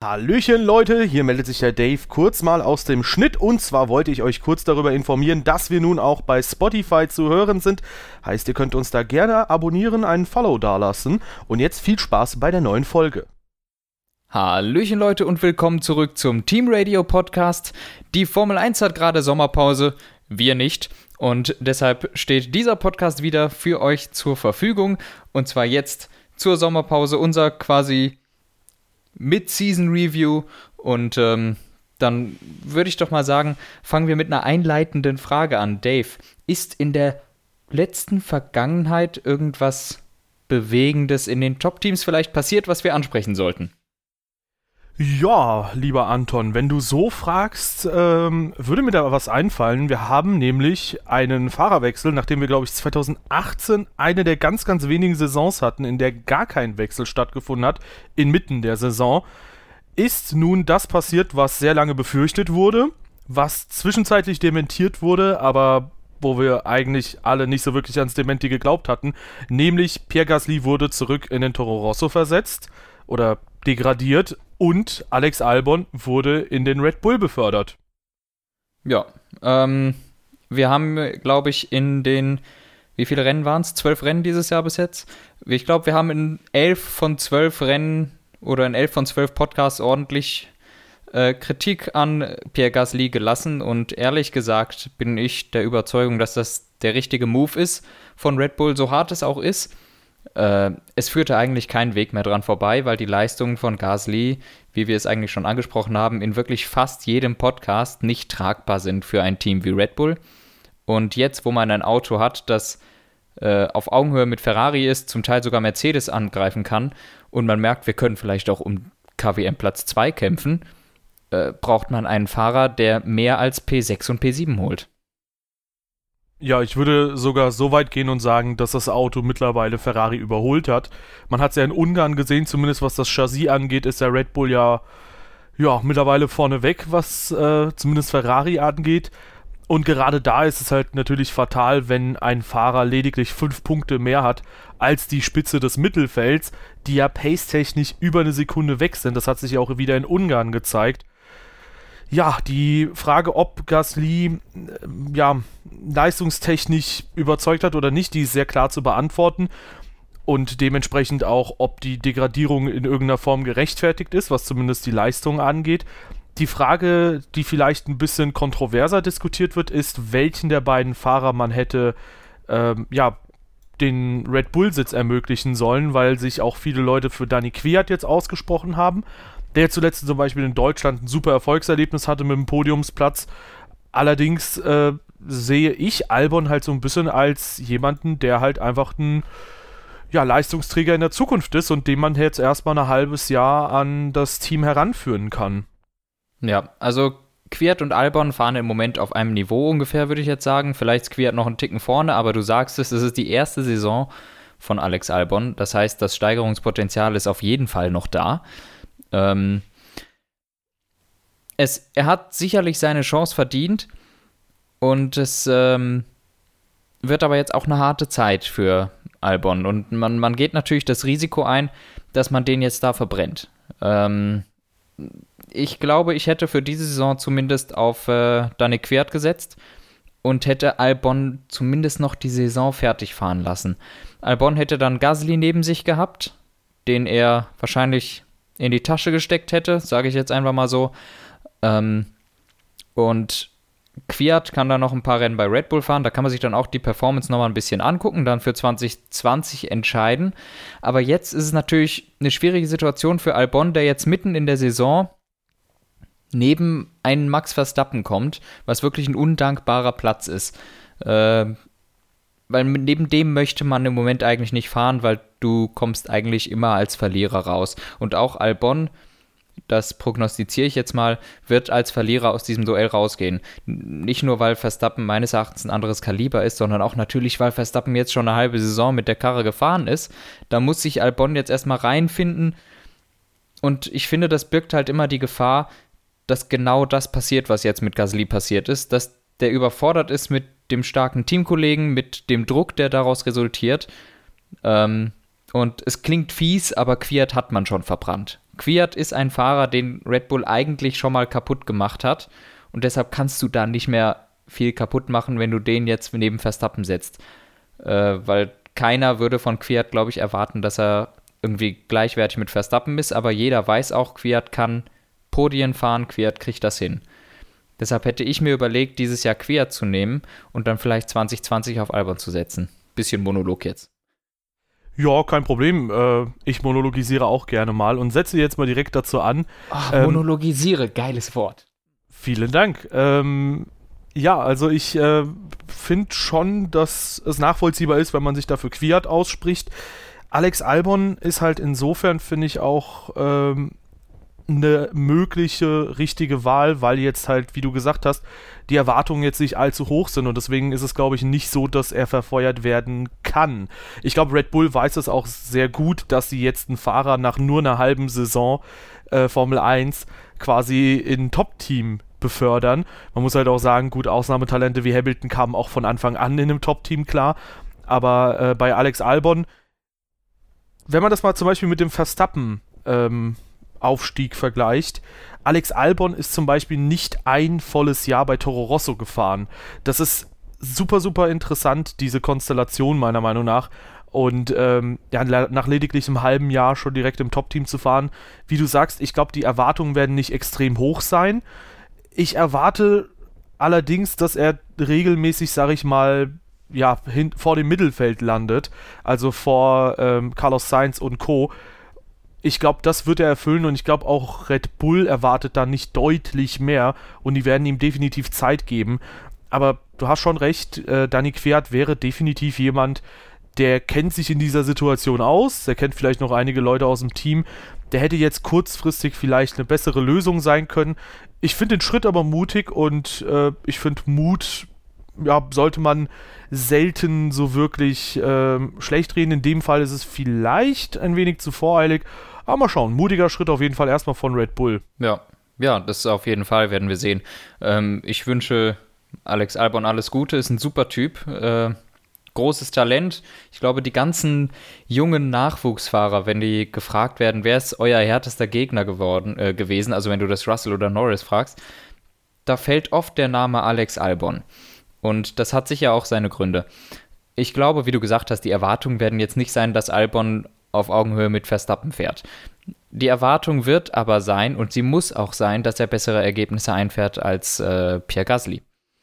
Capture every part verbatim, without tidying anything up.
Hallöchen Leute, hier meldet sich der Dave kurz mal aus dem Schnitt und zwar wollte ich euch kurz darüber informieren, dass wir nun auch bei Spotify zu hören sind. Heißt, ihr könnt uns da gerne abonnieren, einen Follow dalassen und jetzt viel Spaß bei der neuen Folge. Hallöchen Leute und willkommen zurück zum Team Radio Podcast. Die Formel eins hat gerade Sommerpause, wir nicht und deshalb steht dieser Podcast wieder für euch zur Verfügung und zwar jetzt zur Sommerpause, unser quasi Mid-Season-Review und ähm, dann würde ich doch mal sagen, fangen wir mit einer einleitenden Frage an. Dave, ist in der letzten Vergangenheit irgendwas Bewegendes in den Top-Teams vielleicht passiert, was wir ansprechen sollten? Ja, lieber Anton, wenn du so fragst, ähm, würde mir da was einfallen. Wir haben nämlich einen Fahrerwechsel, nachdem wir, glaube ich, zwanzig achtzehn eine der ganz, ganz wenigen Saisons hatten, in der gar kein Wechsel stattgefunden hat, inmitten der Saison, ist nun das passiert, was sehr lange befürchtet wurde, was zwischenzeitlich dementiert wurde, aber wo wir eigentlich alle nicht so wirklich ans Dementi geglaubt hatten, nämlich Pierre Gasly wurde zurück in den Toro Rosso versetzt oder degradiert und Alex Albon wurde in den Red Bull befördert. Ja, ähm, wir haben, glaube ich, in den, wie viele Rennen waren es? Zwölf Rennen dieses Jahr bis jetzt? Ich glaube, wir haben in elf von zwölf Rennen oder in elf von zwölf Podcasts ordentlich äh, Kritik an Pierre Gasly gelassen und ehrlich gesagt bin ich der Überzeugung, dass das der richtige Move ist von Red Bull, so hart es auch ist. Äh, es führte eigentlich keinen Weg mehr dran vorbei, weil die Leistungen von Gasly, wie wir es eigentlich schon angesprochen haben, in wirklich fast jedem Podcast nicht tragbar sind für ein Team wie Red Bull. Und jetzt, wo man ein Auto hat, das äh, auf Augenhöhe mit Ferrari ist, zum Teil sogar Mercedes angreifen kann und man merkt, wir können vielleicht auch um K W M Platz zwei kämpfen, äh, braucht man einen Fahrer, der mehr als P sechs und P sieben holt. Ja, ich würde sogar so weit gehen und sagen, dass das Auto mittlerweile Ferrari überholt hat. Man hat es ja in Ungarn gesehen, zumindest was das Chassis angeht, ist der Red Bull ja, ja mittlerweile vorneweg, was äh, zumindest Ferrari angeht. Und gerade da ist es halt natürlich fatal, wenn ein Fahrer lediglich fünf Punkte mehr hat als die Spitze des Mittelfelds, die ja pace-technisch über eine Sekunde weg sind. Das hat sich ja auch wieder in Ungarn gezeigt. Ja, die Frage, ob Gasly äh, ja, leistungstechnisch überzeugt hat oder nicht, die ist sehr klar zu beantworten und dementsprechend auch, ob die Degradierung in irgendeiner Form gerechtfertigt ist, was zumindest die Leistung angeht. Die Frage, die vielleicht ein bisschen kontroverser diskutiert wird, ist, welchen der beiden Fahrer man hätte ähm, ja, den Red Bull-Sitz ermöglichen sollen, weil sich auch viele Leute für Dani Kvyat jetzt ausgesprochen haben, der zuletzt zum Beispiel in Deutschland ein super Erfolgserlebnis hatte mit dem Podiumsplatz. Allerdings äh, sehe ich Albon halt so ein bisschen als jemanden, der halt einfach ein ja, Leistungsträger in der Zukunft ist und den man jetzt erstmal ein halbes Jahr an das Team heranführen kann. Ja, also Kvyat und Albon fahren im Moment auf einem Niveau ungefähr, würde ich jetzt sagen. Vielleicht ist Kvyat noch einen Ticken vorne, aber du sagst es, es ist die erste Saison von Alex Albon. Das heißt, das Steigerungspotenzial ist auf jeden Fall noch da. Ähm, es, er hat sicherlich seine Chance verdient und es ähm, wird aber jetzt auch eine harte Zeit für Albon und man, man geht natürlich das Risiko ein, dass man den jetzt da verbrennt. Ähm, ich glaube, ich hätte für diese Saison zumindest auf äh, Dani Kvyat gesetzt und hätte Albon zumindest noch die Saison fertig fahren lassen. Albon hätte dann Gasly neben sich gehabt, den er wahrscheinlich in die Tasche gesteckt hätte, sage ich jetzt einfach mal so. Ähm, und Kvyat kann dann noch ein paar Rennen bei Red Bull fahren, da kann man sich dann auch die Performance nochmal ein bisschen angucken, dann für zwanzig zwanzig entscheiden. Aber jetzt ist es natürlich eine schwierige Situation für Albon, der jetzt mitten in der Saison neben einen Max Verstappen kommt, was wirklich ein undankbarer Platz ist. Äh, weil neben dem möchte man im Moment eigentlich nicht fahren, weil du kommst eigentlich immer als Verlierer raus. Und auch Albon, das prognostiziere ich jetzt mal, wird als Verlierer aus diesem Duell rausgehen. Nicht nur, weil Verstappen meines Erachtens ein anderes Kaliber ist, sondern auch natürlich, weil Verstappen jetzt schon eine halbe Saison mit der Karre gefahren ist. Da muss sich Albon jetzt erstmal reinfinden. Und ich finde, das birgt halt immer die Gefahr, dass genau das passiert, was jetzt mit Gasly passiert ist, dass der überfordert ist mit dem starken Teamkollegen, mit dem Druck, der daraus resultiert. Ähm, Und es klingt fies, aber Kvyat hat man schon verbrannt. Kvyat ist ein Fahrer, den Red Bull eigentlich schon mal kaputt gemacht hat. Und deshalb kannst du da nicht mehr viel kaputt machen, wenn du den jetzt neben Verstappen setzt. Äh, weil keiner würde von Kvyat, glaube ich, erwarten, dass er irgendwie gleichwertig mit Verstappen ist. Aber jeder weiß auch, Kvyat kann Podien fahren, Kvyat kriegt das hin. Deshalb hätte ich mir überlegt, dieses Jahr Kvyat zu nehmen und dann vielleicht zwanzig zwanzig auf Albon zu setzen. Bisschen Monolog jetzt. Ja, kein Problem. Äh, ich monologisiere auch gerne mal und setze jetzt mal direkt dazu an. Ach, ähm, monologisiere, geiles Wort. Vielen Dank. Ähm, ja, also ich äh, finde schon, dass es nachvollziehbar ist, wenn man sich dafür Kvyat ausspricht. Alex Albon ist halt insofern, finde ich, auch ähm, eine mögliche richtige Wahl, weil jetzt halt, wie du gesagt hast, die Erwartungen jetzt nicht allzu hoch sind und deswegen ist es, glaube ich, nicht so, dass er verfeuert werden kann. Ich glaube, Red Bull weiß es auch sehr gut, dass sie jetzt einen Fahrer nach nur einer halben Saison äh, Formel eins quasi in Top-Team befördern. Man muss halt auch sagen, gut, Ausnahmetalente wie Hamilton kamen auch von Anfang an in einem Top-Team klar, aber äh, bei Alex Albon, wenn man das mal zum Beispiel mit dem Verstappen ähm, Aufstieg vergleicht. Alex Albon ist zum Beispiel nicht ein volles Jahr bei Toro Rosso gefahren. Das ist super, super interessant, diese Konstellation meiner Meinung nach. Und ähm, ja, nach lediglich einem halben Jahr schon direkt im Top-Team zu fahren. Wie du sagst, ich glaube, die Erwartungen werden nicht extrem hoch sein. Ich erwarte allerdings, dass er regelmäßig, sag ich mal, ja, hin, vor dem Mittelfeld landet. Also vor ähm, Carlos Sainz und Co., Ich glaube, das wird er erfüllen und ich glaube auch Red Bull erwartet da nicht deutlich mehr und die werden ihm definitiv Zeit geben. Aber du hast schon recht, äh, Dani Kvyat wäre definitiv jemand, der kennt sich in dieser Situation aus, der kennt vielleicht noch einige Leute aus dem Team, der hätte jetzt kurzfristig vielleicht eine bessere Lösung sein können. Ich finde den Schritt aber mutig und äh, ich finde Mut, ja, sollte man selten so wirklich äh, schlecht reden. In dem Fall ist es vielleicht ein wenig zu voreilig. Aber mal schauen, mutiger Schritt auf jeden Fall erstmal von Red Bull. Ja, ja, das auf jeden Fall werden wir sehen. Ähm, ich wünsche Alex Albon alles Gute, ist ein super Typ, äh, großes Talent. Ich glaube, die ganzen jungen Nachwuchsfahrer, wenn die gefragt werden, wer ist euer härtester Gegner geworden, äh, gewesen, also wenn du das Russell oder Norris fragst, da fällt oft der Name Alex Albon. Und das hat sicher auch seine Gründe. Ich glaube, wie du gesagt hast, die Erwartungen werden jetzt nicht sein, dass Albon auf Augenhöhe mit Verstappen fährt. Die Erwartung wird aber sein, und sie muss auch sein, dass er bessere Ergebnisse einfährt als äh, Pierre Gasly.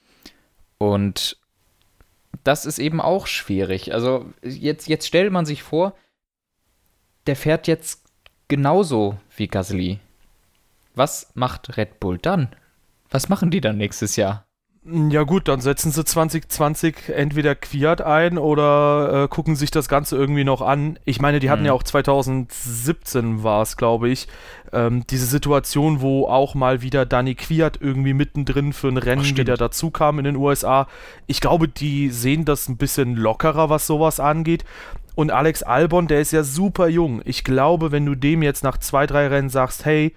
Und das ist eben auch schwierig. Also jetzt, jetzt stellt man sich vor, der fährt jetzt genauso wie Gasly. Was macht Red Bull dann? Was machen die dann nächstes Jahr? Ja gut, dann setzen sie zwanzig zwanzig entweder Kvyat ein oder äh, gucken sich das Ganze irgendwie noch an. Ich meine, die hatten mhm. ja auch zwanzig siebzehn war es, glaube ich, ähm, diese Situation, wo auch mal wieder Dani Kvyat irgendwie mittendrin für ein Rennen Ach, wieder dazu kam in den U S A. Ich glaube, die sehen das ein bisschen lockerer, was sowas angeht. Und Alex Albon, der ist ja super jung. Ich glaube, wenn du dem jetzt nach zwei, drei Rennen sagst, hey,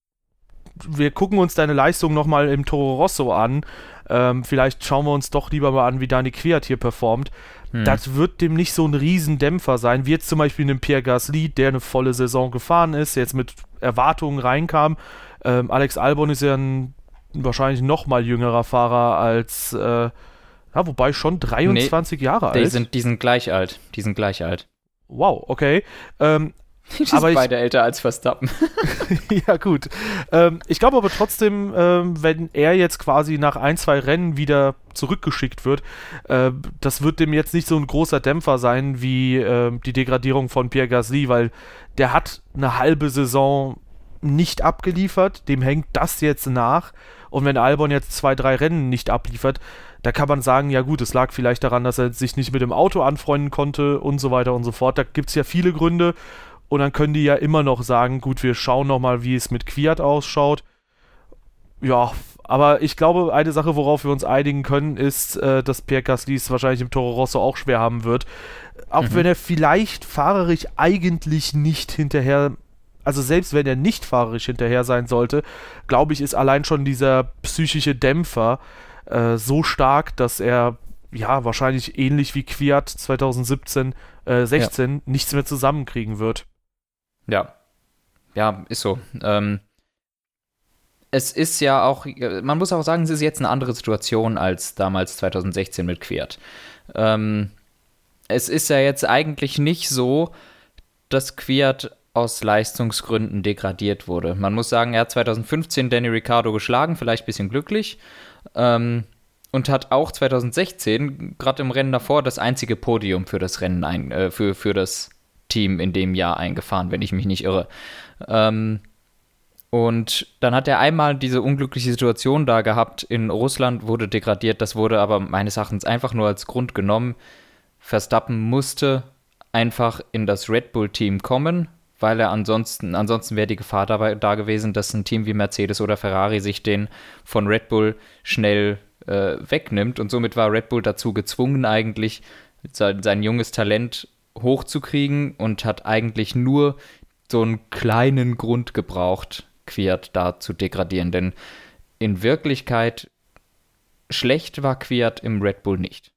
wir gucken uns deine Leistung nochmal im Toro Rosso an, Ähm, vielleicht schauen wir uns doch lieber mal an, wie Dani Kvyat hier performt. Hm. Das wird dem nicht so ein Riesendämpfer sein, wie jetzt zum Beispiel einem Pierre Gasly, der eine volle Saison gefahren ist, jetzt mit Erwartungen reinkam. Ähm, Alex Albon ist ja ein wahrscheinlich noch mal jüngerer Fahrer als, äh, ja, wobei schon dreiundzwanzig nee, Jahre alt. Die sind, die sind gleich alt, die sind gleich alt. Wow, okay. Ähm, Die sind aber beide ich, älter als Verstappen. Ja, gut. Ähm, ich glaube aber trotzdem, ähm, wenn er jetzt quasi nach ein, zwei Rennen wieder zurückgeschickt wird, äh, das wird dem jetzt nicht so ein großer Dämpfer sein wie äh, die Degradierung von Pierre Gasly, weil der hat eine halbe Saison nicht abgeliefert, dem hängt das jetzt nach. Und wenn Albon jetzt zwei, drei Rennen nicht abliefert, da kann man sagen, ja gut, es lag vielleicht daran, dass er sich nicht mit dem Auto anfreunden konnte und so weiter und so fort. Da gibt es ja viele Gründe. Und dann können die ja immer noch sagen, gut, wir schauen nochmal, wie es mit Kvyat ausschaut. Ja, aber ich glaube, eine Sache, worauf wir uns einigen können, ist, äh, dass Pierre Gasly es wahrscheinlich im Toro Rosso auch schwer haben wird. Auch mhm. wenn er vielleicht fahrerisch eigentlich nicht hinterher, also selbst wenn er nicht fahrerisch hinterher sein sollte, glaube ich, ist allein schon dieser psychische Dämpfer äh, so stark, dass er ja wahrscheinlich ähnlich wie Kvyat zwanzig siebzehn äh, sechzehn ja. nichts mehr zusammenkriegen wird. Ja, ja, ist so. Ähm, es ist ja auch, man muss auch sagen, es ist jetzt eine andere Situation als damals zwanzig sechzehn mit Kwiat. Ähm, es ist ja jetzt eigentlich nicht so, dass Kwiat aus Leistungsgründen degradiert wurde. Man muss sagen, er hat zwanzig fünfzehn Danny Ricciardo geschlagen, vielleicht ein bisschen glücklich, ähm, und hat auch zwanzig sechzehn, gerade im Rennen davor, das einzige Podium für das Rennen, ein, äh, für, für das Team in dem Jahr eingefahren, wenn ich mich nicht irre. Ähm, und dann hat er einmal diese unglückliche Situation da gehabt, in Russland wurde degradiert, das wurde aber meines Erachtens einfach nur als Grund genommen. Verstappen musste einfach in das Red Bull-Team kommen, weil er ansonsten, ansonsten wäre die Gefahr dabei da gewesen, dass ein Team wie Mercedes oder Ferrari sich den von Red Bull schnell äh, wegnimmt, und somit war Red Bull dazu gezwungen, eigentlich sein, sein junges Talent hochzukriegen, und hat eigentlich nur so einen kleinen Grund gebraucht, Kwiat da zu degradieren, denn in Wirklichkeit schlecht war Kwiat im Red Bull nicht.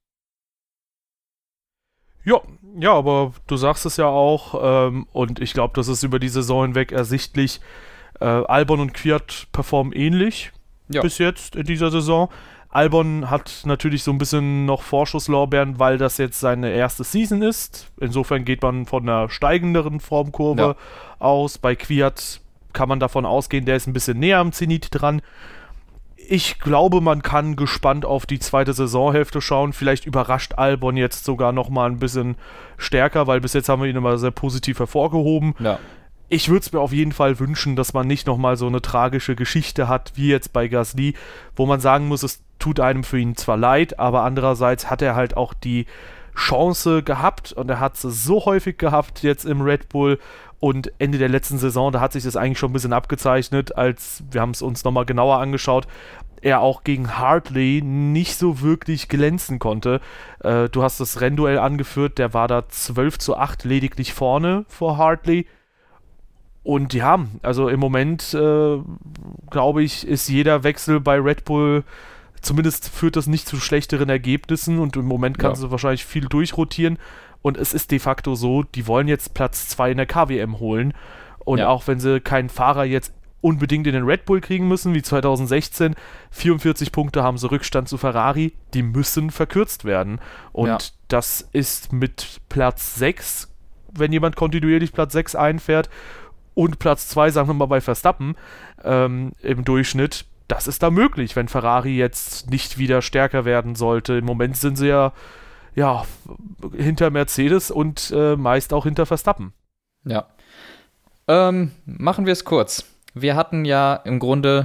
Ja, ja, aber du sagst es ja auch, ähm, und ich glaube, das ist über die Saison hinweg ersichtlich. Äh, Albon und Kwiat performen ähnlich ja. bis jetzt in dieser Saison. Albon hat natürlich so ein bisschen noch Vorschusslorbeeren, weil das jetzt seine erste Season ist. Insofern geht man von einer steigenderen Formkurve ja. aus. Bei Kwiat kann man davon ausgehen, der ist ein bisschen näher am Zenit dran. Ich glaube, man kann gespannt auf die zweite Saisonhälfte schauen. Vielleicht überrascht Albon jetzt sogar noch mal ein bisschen stärker, weil bis jetzt haben wir ihn immer sehr positiv hervorgehoben. Ja. Ich würde es mir auf jeden Fall wünschen, dass man nicht nochmal so eine tragische Geschichte hat, wie jetzt bei Gasly, wo man sagen muss, es tut einem für ihn zwar leid, aber andererseits hat er halt auch die Chance gehabt, und er hat sie so häufig gehabt jetzt im Red Bull, und Ende der letzten Saison, da hat sich das eigentlich schon ein bisschen abgezeichnet, als wir haben es uns nochmal genauer angeschaut, er auch gegen Hartley nicht so wirklich glänzen konnte. Äh, du hast das Rennduell angeführt, der war da zwölf zu acht lediglich vorne vor Hartley. Und ja, also im Moment, äh, glaube ich, ist jeder Wechsel bei Red Bull, zumindest führt das nicht zu schlechteren Ergebnissen, und im Moment kannst ja. du wahrscheinlich viel durchrotieren, und es ist de facto so, die wollen jetzt Platz zwei in der K W M holen, und ja. auch wenn sie keinen Fahrer jetzt unbedingt in den Red Bull kriegen müssen, wie zwanzig sechzehn, vierundvierzig Punkte haben sie Rückstand zu Ferrari, die müssen verkürzt werden, und ja. das ist mit Platz sechs, wenn jemand kontinuierlich Platz sechs einfährt, und Platz zwei, sagen wir mal, bei Verstappen ähm, im Durchschnitt, das ist da möglich, wenn Ferrari jetzt nicht wieder stärker werden sollte. Im Moment sind sie ja, ja hinter Mercedes und äh, meist auch hinter Verstappen. Ja. Ähm, machen wir es kurz. Wir hatten ja im Grunde,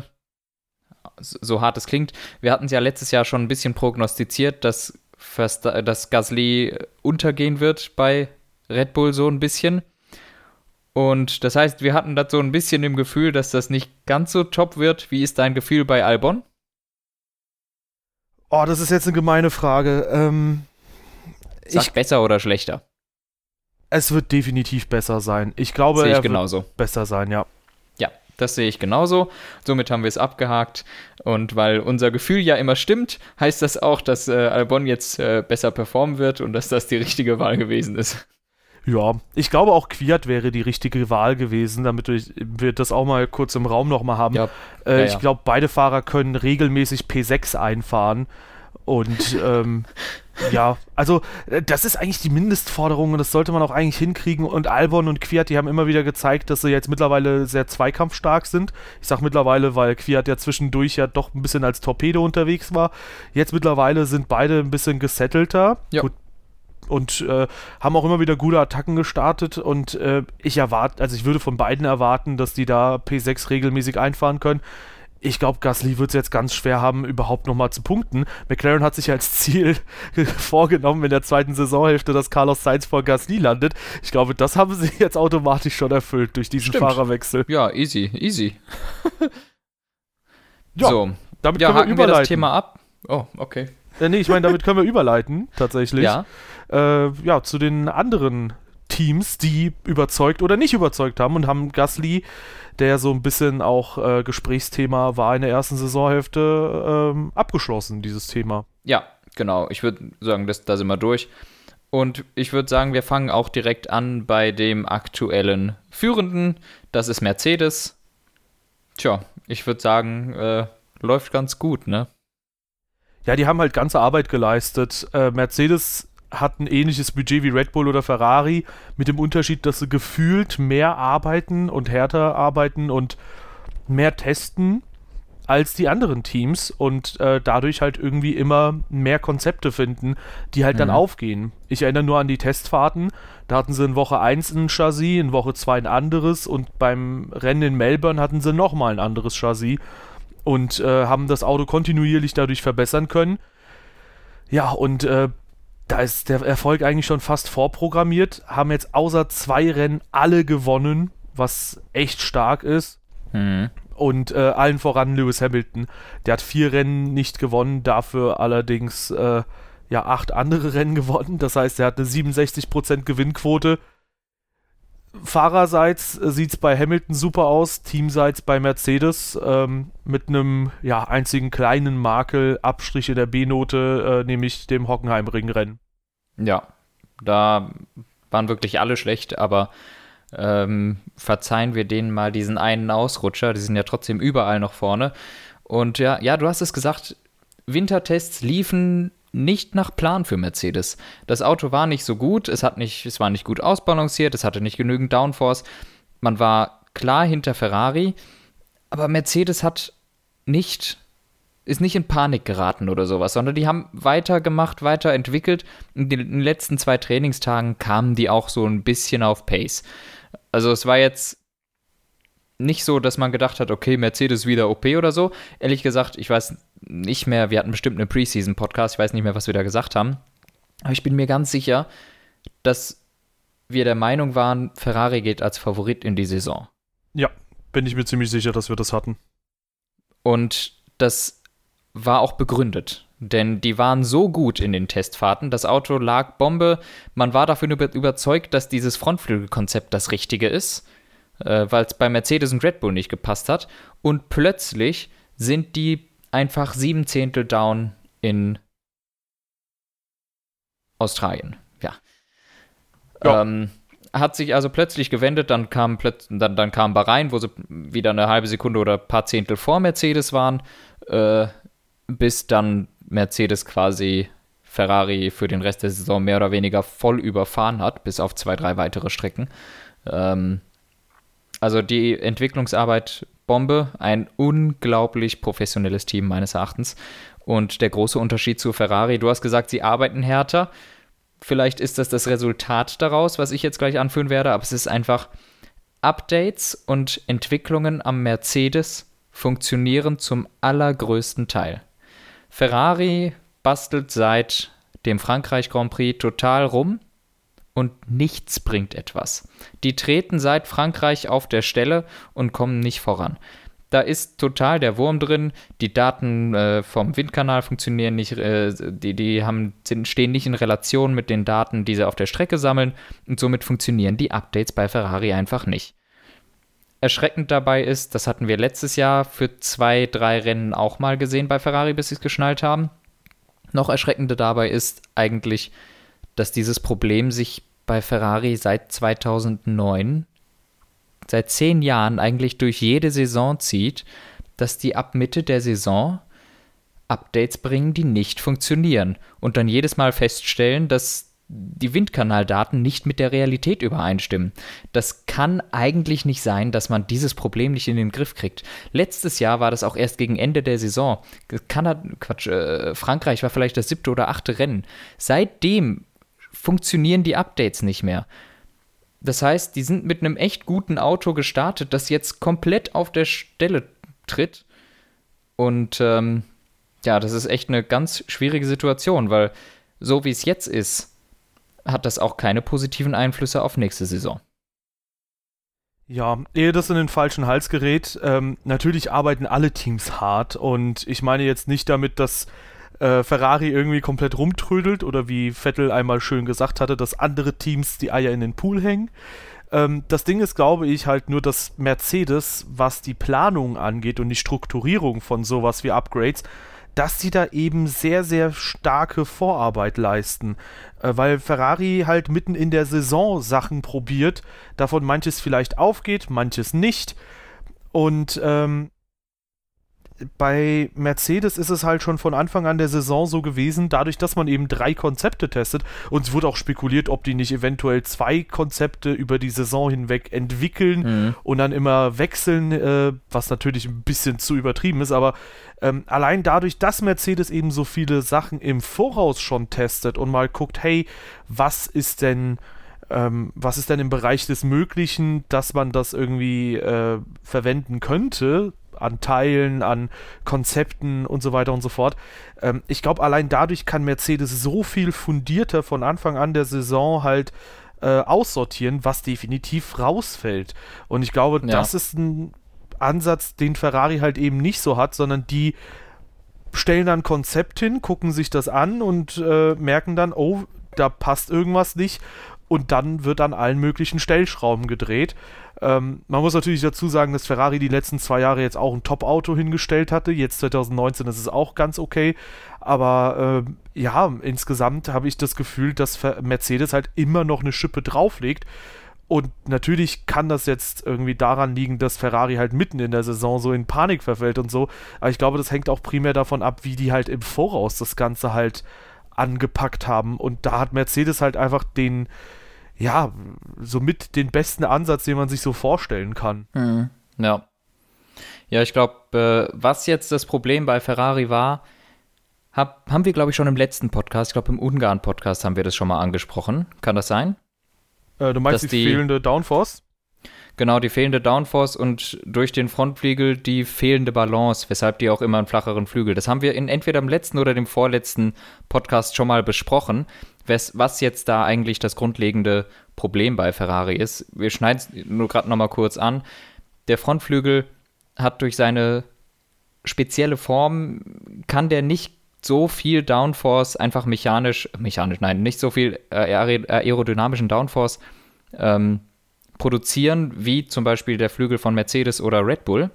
so hart es klingt, wir hatten es ja letztes Jahr schon ein bisschen prognostiziert, dass, Versta- dass Gasly untergehen wird bei Red Bull so ein bisschen. Und das heißt, wir hatten das so ein bisschen im Gefühl, dass das nicht ganz so top wird. Wie ist dein Gefühl bei Albon? Oh, das ist jetzt eine gemeine Frage. Ähm, Sag ich, besser oder schlechter? Es wird definitiv besser sein. Ich glaube, sehe ich er genauso. wird besser sein, ja. Ja, das sehe ich genauso. Somit haben wir es abgehakt. Und weil unser Gefühl ja immer stimmt, heißt das auch, dass äh, Albon jetzt äh, besser performen wird und dass das die richtige Wahl gewesen ist. Ja, ich glaube auch Kwiat wäre die richtige Wahl gewesen, damit wir das auch mal kurz im Raum nochmal haben. Ja. Äh, ja, ich ja. glaube, beide Fahrer können regelmäßig P sechs einfahren, und ähm, ja, also das ist eigentlich die Mindestforderung, und das sollte man auch eigentlich hinkriegen, und Albon und Kwiat, die haben immer wieder gezeigt, dass sie jetzt mittlerweile sehr zweikampfstark sind. Ich sag mittlerweile, weil Kwiat ja zwischendurch ja doch ein bisschen als Torpedo unterwegs war. Jetzt mittlerweile sind beide ein bisschen gesettelter. Ja. Gut, und äh, haben auch immer wieder gute Attacken gestartet, und äh, ich erwarte, also ich würde von beiden erwarten, dass die da P sechs regelmäßig einfahren können. Ich glaube, Gasly wird es jetzt ganz schwer haben, überhaupt nochmal zu punkten. McLaren hat sich als Ziel vorgenommen in der zweiten Saisonhälfte, dass Carlos Sainz vor Gasly landet. Ich glaube, das haben sie jetzt automatisch schon erfüllt durch diesen Stimmt. Fahrerwechsel. Ja, easy, easy. Ja, so, damit ja, können wir haken überleiten. wir das Thema ab. Oh, okay. Ja, nee, ich meine, damit können wir überleiten, tatsächlich. Ja. Äh, ja, zu den anderen Teams, die überzeugt oder nicht überzeugt haben, und haben Gasly, der so ein bisschen auch äh, Gesprächsthema war in der ersten Saisonhälfte, ähm, abgeschlossen, dieses Thema. Ja, genau. Ich würde sagen, das, da sind wir durch. Und ich würde sagen, wir fangen auch direkt an bei dem aktuellen Führenden. Das ist Mercedes. Tja, ich würde sagen, äh, läuft ganz gut, ne? Ja, die haben halt ganze Arbeit geleistet. Äh, Mercedes hat ein ähnliches Budget wie Red Bull oder Ferrari, mit dem Unterschied, dass sie gefühlt mehr arbeiten und härter arbeiten und mehr testen als die anderen Teams und äh, dadurch halt irgendwie immer mehr Konzepte finden, die halt mhm. dann aufgehen. Ich erinnere nur an die Testfahrten, da hatten sie in Woche eins ein Chassis, in Woche zwei ein anderes und beim Rennen in Melbourne hatten sie nochmal ein anderes Chassis und äh, haben das Auto kontinuierlich dadurch verbessern können. Ja, und äh, da ist der Erfolg eigentlich schon fast vorprogrammiert, haben jetzt außer zwei Rennen alle gewonnen, was echt stark ist. Mhm. Und äh, allen voran Lewis Hamilton. Der hat vier Rennen nicht gewonnen, dafür allerdings äh, ja acht andere Rennen gewonnen. Das heißt, er hat eine siebenundsechzig Prozent Gewinnquote. Fahrerseits äh, sieht es bei Hamilton super aus, teamseits bei Mercedes ähm, mit einem ja, einzigen kleinen Makel, Abstrich in der B-Note, äh, nämlich dem Hockenheimring-Rennen. Ja, da waren wirklich alle schlecht, aber Ähm, verzeihen wir denen mal diesen einen Ausrutscher, die sind ja trotzdem überall noch vorne. Und ja, ja, du hast es gesagt, Wintertests liefen nicht nach Plan für Mercedes. Das Auto war nicht so gut, es hat nicht, es war nicht gut ausbalanciert, es hatte nicht genügend Downforce. Man war klar hinter Ferrari, aber Mercedes hat nicht, ist nicht in Panik geraten oder sowas, sondern die haben weitergemacht, weiterentwickelt. In den letzten zwei Trainingstagen kamen die auch so ein bisschen auf Pace. Also es war jetzt nicht so, dass man gedacht hat, okay, Mercedes wieder O P oder so. Ehrlich gesagt, ich weiß nicht mehr, wir hatten bestimmt einen Preseason-Podcast, ich weiß nicht mehr, was wir da gesagt haben. Aber ich bin mir ganz sicher, dass wir der Meinung waren, Ferrari geht als Favorit in die Saison. Ja, bin ich mir ziemlich sicher, dass wir das hatten. Und das war auch begründet, denn die waren so gut in den Testfahrten, das Auto lag Bombe, man war davon über- überzeugt, dass dieses Frontflügelkonzept das Richtige ist, äh, weil es bei Mercedes und Red Bull nicht gepasst hat und plötzlich sind die einfach sieben Zehntel down in Australien, ja. ja. Ähm, hat sich also plötzlich gewendet, dann kam, plötz- dann, dann kam Bahrain, wo sie wieder eine halbe Sekunde oder ein paar Zehntel vor Mercedes waren, äh, bis dann Mercedes quasi Ferrari für den Rest der Saison mehr oder weniger voll überfahren hat, bis auf zwei, drei weitere Strecken. Ähm, also die Entwicklungsarbeit Bombe, ein unglaublich professionelles Team meines Erachtens. Und der große Unterschied zu Ferrari, du hast gesagt, sie arbeiten härter. Vielleicht ist das das Resultat daraus, was ich jetzt gleich anführen werde, aber es ist einfach Updates und Entwicklungen am Mercedes funktionieren zum allergrößten Teil. Ferrari bastelt seit dem Frankreich Grand Prix total rum und nichts bringt etwas. Die treten seit Frankreich auf der Stelle und kommen nicht voran. Da ist total der Wurm drin, die Daten äh, vom Windkanal funktionieren nicht, äh, die, die haben, sind, stehen nicht in Relation mit den Daten, die sie auf der Strecke sammeln und somit funktionieren die Updates bei Ferrari einfach nicht. Erschreckend dabei ist, das hatten wir letztes Jahr für zwei, drei Rennen auch mal gesehen bei Ferrari, bis sie es geschnallt haben. Noch erschreckender dabei ist eigentlich, dass dieses Problem sich bei Ferrari seit zweitausendneun, seit zehn Jahren eigentlich durch jede Saison zieht, dass die ab Mitte der Saison Updates bringen, die nicht funktionieren und dann jedes Mal feststellen, dass die Windkanaldaten nicht mit der Realität übereinstimmen. Das kann eigentlich nicht sein, dass man dieses Problem nicht in den Griff kriegt. Letztes Jahr war das auch erst gegen Ende der Saison. Kanada, Quatsch, äh, Frankreich war vielleicht das siebte oder achte Rennen. Seitdem funktionieren die Updates nicht mehr. Das heißt, die sind mit einem echt guten Auto gestartet, das jetzt komplett auf der Stelle tritt. Und ähm, ja, das ist echt eine ganz schwierige Situation, weil so wie es jetzt ist, hat das auch keine positiven Einflüsse auf nächste Saison. Ja, ehe das in den falschen Hals gerät, ähm, natürlich arbeiten alle Teams hart und ich meine jetzt nicht damit, dass äh, Ferrari irgendwie komplett rumtrödelt oder wie Vettel einmal schön gesagt hatte, dass andere Teams die Eier in den Pool hängen. Ähm, das Ding ist, glaube ich, halt nur, dass Mercedes, was die Planung angeht und die Strukturierung von sowas wie Upgrades, dass sie da eben sehr, sehr starke Vorarbeit leisten, äh, weil Ferrari halt mitten in der Saison Sachen probiert, davon manches vielleicht aufgeht, manches nicht. Und ähm, bei Mercedes ist es halt schon von Anfang an der Saison so gewesen, dadurch, dass man eben drei Konzepte testet, und es wurde auch spekuliert, ob die nicht eventuell zwei Konzepte über die Saison hinweg entwickeln mhm. und dann immer wechseln, äh, was natürlich ein bisschen zu übertrieben ist, aber ähm, allein dadurch, dass Mercedes eben so viele Sachen im Voraus schon testet und mal guckt, hey, was ist denn ähm, was ist denn im Bereich des Möglichen, dass man das irgendwie äh, verwenden könnte, an Teilen, an Konzepten und so weiter und so fort. Ähm, ich glaube, allein dadurch kann Mercedes so viel fundierter von Anfang an der Saison halt äh, aussortieren, was definitiv rausfällt. Und ich glaube, ja. das ist ein Ansatz, den Ferrari halt eben nicht so hat, sondern die stellen dann ein Konzept hin, gucken sich das an und äh, merken dann, oh, da passt irgendwas nicht. Und dann wird an allen möglichen Stellschrauben gedreht. Ähm, man muss natürlich dazu sagen, dass Ferrari die letzten zwei Jahre jetzt auch ein Top-Auto hingestellt hatte. Jetzt zwanzig neunzehn ist es auch ganz okay. Aber äh, ja, insgesamt habe ich das Gefühl, dass Mercedes halt immer noch eine Schippe drauflegt. Und natürlich kann das jetzt irgendwie daran liegen, dass Ferrari halt mitten in der Saison so in Panik verfällt und so. Aber ich glaube, das hängt auch primär davon ab, wie die halt im Voraus das Ganze halt angepackt haben. Und da hat Mercedes halt einfach den, ja, somit den besten Ansatz, den man sich so vorstellen kann. Mhm. Ja. Ja, ich glaube, äh, was jetzt das Problem bei Ferrari war, hab, haben wir, glaube ich, schon im letzten Podcast, ich glaube im Ungarn-Podcast haben wir das schon mal angesprochen. Kann das sein? Äh, du meinst die, die fehlende Downforce? Genau, die fehlende Downforce und durch den Frontflügel die fehlende Balance, weshalb die auch immer einen flacheren Flügel. Das haben wir in entweder im letzten oder dem vorletzten Podcast schon mal besprochen, was, was jetzt da eigentlich das grundlegende Problem bei Ferrari ist. Wir schneiden es nur gerade noch mal kurz an. Der Frontflügel hat durch seine spezielle Form, kann der nicht so viel Downforce einfach mechanisch, mechanisch, nein, nicht so viel aerodynamischen Downforce ähm, produzieren, wie zum Beispiel der Flügel von Mercedes oder Red Bull.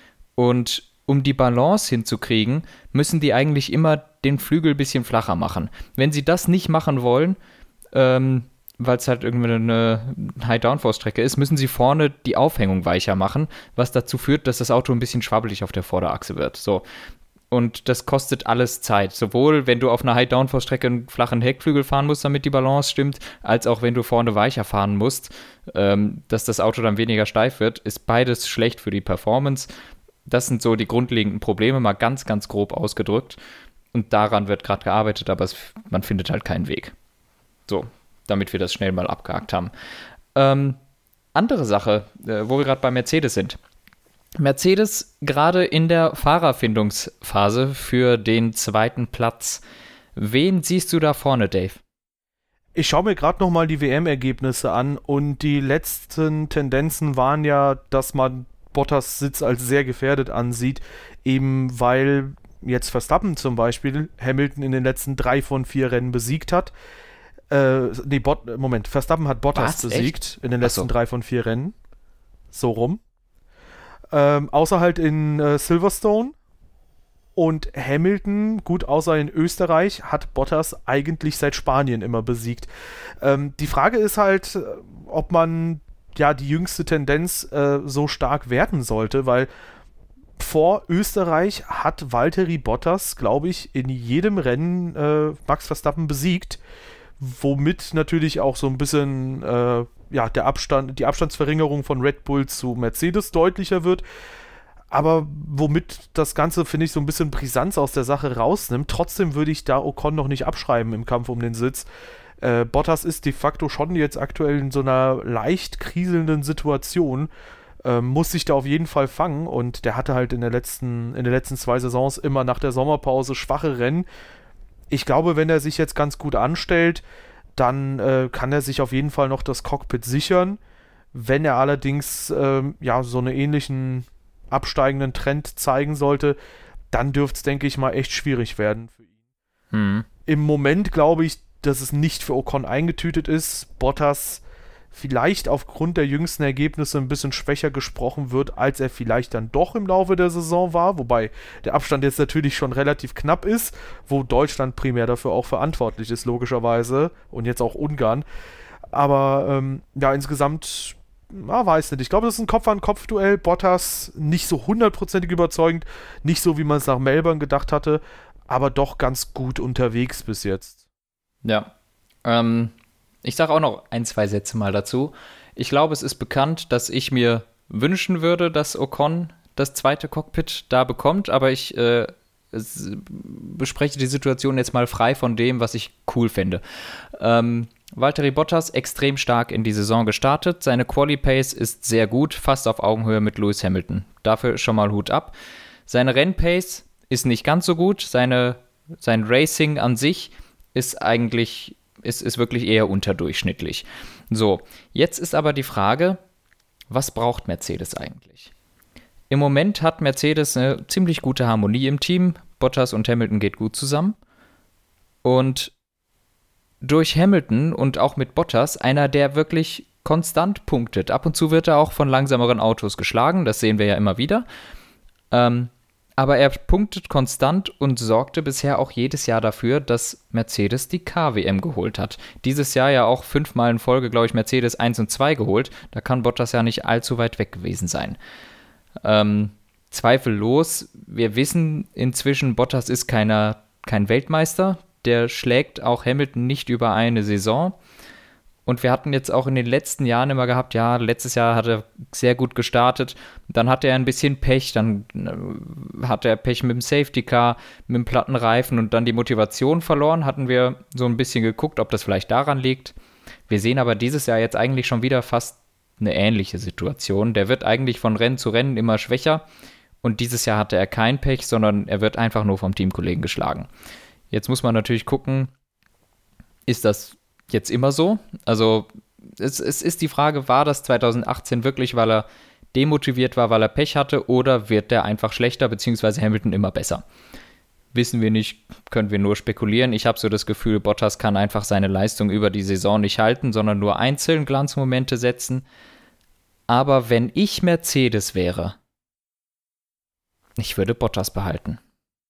Und um die Balance hinzukriegen, müssen die eigentlich immer den Flügel ein bisschen flacher machen. Wenn sie das nicht machen wollen, ähm, weil es halt irgendwie eine High-Downforce-Strecke ist, müssen sie vorne die Aufhängung weicher machen, was dazu führt, dass das Auto ein bisschen schwabbelig auf der Vorderachse wird. So. Und das kostet alles Zeit. Sowohl, wenn du auf einer High-Downforce-Strecke einen flachen Heckflügel fahren musst, damit die Balance stimmt, als auch, wenn du vorne weicher fahren musst, ähm, dass das Auto dann weniger steif wird, ist beides schlecht für die Performance. Das sind so die grundlegenden Probleme, mal ganz, ganz grob ausgedrückt. Und daran wird gerade gearbeitet, aber es, man findet halt keinen Weg. So, damit wir das schnell mal abgehakt haben. Ähm, andere Sache, äh, wo wir gerade bei Mercedes sind. Mercedes gerade in der Fahrerfindungsphase für den zweiten Platz. Wen siehst du da vorne, Dave? Ich schaue mir gerade nochmal die W M-Ergebnisse an und die letzten Tendenzen waren ja, dass man Bottas Sitz als sehr gefährdet ansieht, eben weil jetzt Verstappen zum Beispiel Hamilton in den letzten drei von vier Rennen besiegt hat. Äh, nee, Bot- Moment, Verstappen hat Bottas Was, besiegt echt? in den letzten so. drei von vier Rennen. So rum. Ähm, außer halt in äh, Silverstone. Und Hamilton, gut, außer in Österreich, hat Bottas eigentlich seit Spanien immer besiegt. Ähm, die Frage ist halt, ob man ja die jüngste Tendenz äh, so stark werten sollte, weil vor Österreich hat Valtteri Bottas, glaube ich, in jedem Rennen äh, Max Verstappen besiegt, womit natürlich auch so ein bisschen äh, ja, der Abstand, die Abstandsverringerung von Red Bull zu Mercedes deutlicher wird. Aber womit das Ganze, finde ich, so ein bisschen Brisanz aus der Sache rausnimmt. Trotzdem würde ich da Ocon noch nicht abschreiben im Kampf um den Sitz. Äh, Bottas ist de facto schon jetzt aktuell in so einer leicht kriselnden Situation. Äh, muss sich da auf jeden Fall fangen. Und der hatte halt in, der letzten, in den letzten zwei Saisons immer nach der Sommerpause schwache Rennen. Ich glaube, wenn er sich jetzt ganz gut anstellt, dann äh, kann er sich auf jeden Fall noch das Cockpit sichern. Wenn er allerdings äh, ja so einen ähnlichen absteigenden Trend zeigen sollte, dann dürfte es, denke ich mal, echt schwierig werden für ihn. Hm. Im Moment glaube ich, dass es nicht für Ocon eingetütet ist. Bottas vielleicht aufgrund der jüngsten Ergebnisse ein bisschen schwächer gesprochen wird, als er vielleicht dann doch im Laufe der Saison war, wobei der Abstand jetzt natürlich schon relativ knapp ist, wo Deutschland primär dafür auch verantwortlich ist, logischerweise, und jetzt auch Ungarn. Aber ähm, ja, insgesamt, na, weiß nicht. Ich glaube, das ist ein Kopf-an-Kopf-Duell. Bottas nicht so hundertprozentig überzeugend, nicht so, wie man es nach Melbourne gedacht hatte, aber doch ganz gut unterwegs bis jetzt. Ja, ähm, ich sage auch noch ein, zwei Sätze mal dazu. Ich glaube, es ist bekannt, dass ich mir wünschen würde, dass Ocon das zweite Cockpit da bekommt, aber ich äh, es, bespreche die Situation jetzt mal frei von dem, was ich cool finde. Ähm, Valtteri Bottas extrem stark in die Saison gestartet. Seine Quali-Pace ist sehr gut, fast auf Augenhöhe mit Lewis Hamilton. Dafür schon mal Hut ab. Seine Rennpace ist nicht ganz so gut. Seine, sein Racing an sich ist eigentlich ist, ist wirklich eher unterdurchschnittlich. So, jetzt ist aber die Frage, was braucht Mercedes eigentlich? Im Moment hat Mercedes eine ziemlich gute Harmonie im Team. Bottas und Hamilton geht gut zusammen. Und durch Hamilton und auch mit Bottas einer, der wirklich konstant punktet. Ab und zu wird er auch von langsameren Autos geschlagen, das sehen wir ja immer wieder. Ähm, aber er punktet konstant und sorgte bisher auch jedes Jahr dafür, dass Mercedes die K W M geholt hat. Dieses Jahr ja auch fünfmal in Folge, glaube ich, Mercedes eins und zwei geholt. Da kann Bottas ja nicht allzu weit weg gewesen sein. Ähm, zweifellos, wir wissen inzwischen, Bottas ist keiner, kein Weltmeister. Der schlägt auch Hamilton nicht über eine Saison. Und wir hatten jetzt auch in den letzten Jahren immer gehabt, ja, letztes Jahr hat er sehr gut gestartet, dann hatte er ein bisschen Pech, dann hatte er Pech mit dem Safety Car, mit dem platten Reifen und dann die Motivation verloren, hatten wir so ein bisschen geguckt, ob das vielleicht daran liegt. Wir sehen aber dieses Jahr jetzt eigentlich schon wieder fast eine ähnliche Situation. Der wird eigentlich von Rennen zu Rennen immer schwächer und dieses Jahr hatte er kein Pech, sondern er wird einfach nur vom Teamkollegen geschlagen. Jetzt muss man natürlich gucken, ist das jetzt immer so? Also es, es ist die Frage, war das zwanzig achtzehn wirklich, weil er demotiviert war, weil er Pech hatte, oder wird der einfach schlechter, beziehungsweise Hamilton immer besser? Wissen wir nicht, können wir nur spekulieren. Ich habe so das Gefühl, Bottas kann einfach seine Leistung über die Saison nicht halten, sondern nur einzeln Glanzmomente setzen. Aber wenn ich Mercedes wäre, ich würde Bottas behalten.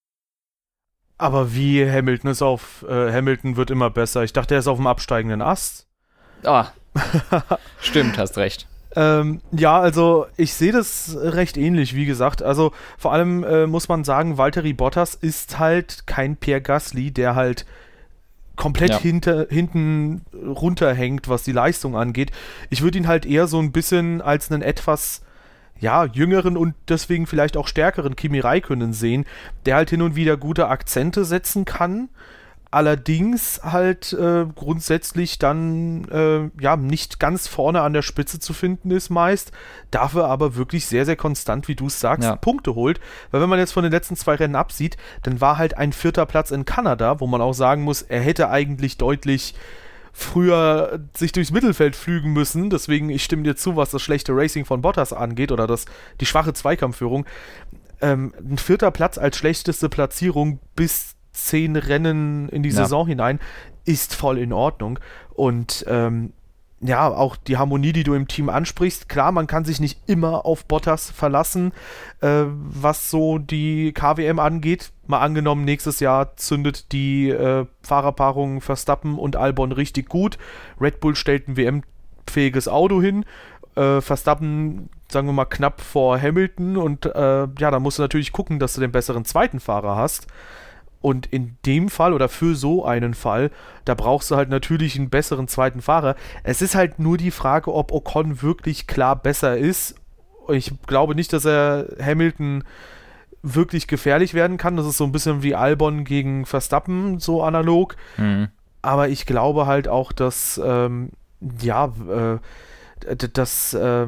Aber wie Hamilton ist auf, äh, Hamilton wird immer besser. Ich dachte, er ist auf dem absteigenden Ast. Ah, stimmt, hast recht. Ähm, ja, also ich sehe das recht ähnlich, wie gesagt. Also vor allem äh, muss man sagen, Valtteri Bottas ist halt kein Pierre Gasly, der halt komplett ja. hinter, hinten runterhängt, was die Leistung angeht. Ich würde ihn halt eher so ein bisschen als einen etwas ja, jüngeren und deswegen vielleicht auch stärkeren Kimi Räikkönen sehen, der halt hin und wieder gute Akzente setzen kann, allerdings halt äh, grundsätzlich dann äh, ja nicht ganz vorne an der Spitze zu finden ist meist, dafür aber wirklich sehr, sehr konstant, wie du es sagst, ja. Punkte holt, weil wenn man jetzt von den letzten zwei Rennen absieht, dann war halt ein vierter Platz in Kanada, wo man auch sagen muss, er hätte eigentlich deutlich früher sich durchs Mittelfeld flügen müssen, deswegen, ich stimme dir zu, was das schlechte Racing von Bottas angeht oder das, die schwache Zweikampfführung. Ähm, ein vierter Platz als schlechteste Platzierung bis zehn Rennen in die ja. Saison hinein ist voll in Ordnung und ähm, ja, auch die Harmonie, die du im Team ansprichst, klar, man kann sich nicht immer auf Bottas verlassen, äh, was so die K W M angeht. Mal angenommen, nächstes Jahr zündet die äh, Fahrerpaarung Verstappen und Albon richtig gut. Red Bull stellt ein W M-fähiges Auto hin. Äh, Verstappen, sagen wir mal, knapp vor Hamilton und äh, ja, da musst du natürlich gucken, dass du den besseren zweiten Fahrer hast. Und in dem Fall oder für so einen Fall, da brauchst du halt natürlich einen besseren zweiten Fahrer. Es ist halt nur die Frage, ob Ocon wirklich klar besser ist. Ich glaube nicht, dass er Hamilton wirklich gefährlich werden kann. Das ist so ein bisschen wie Albon gegen Verstappen, so analog. Mhm. Aber ich glaube halt auch, dass ähm, ja, äh, dass äh,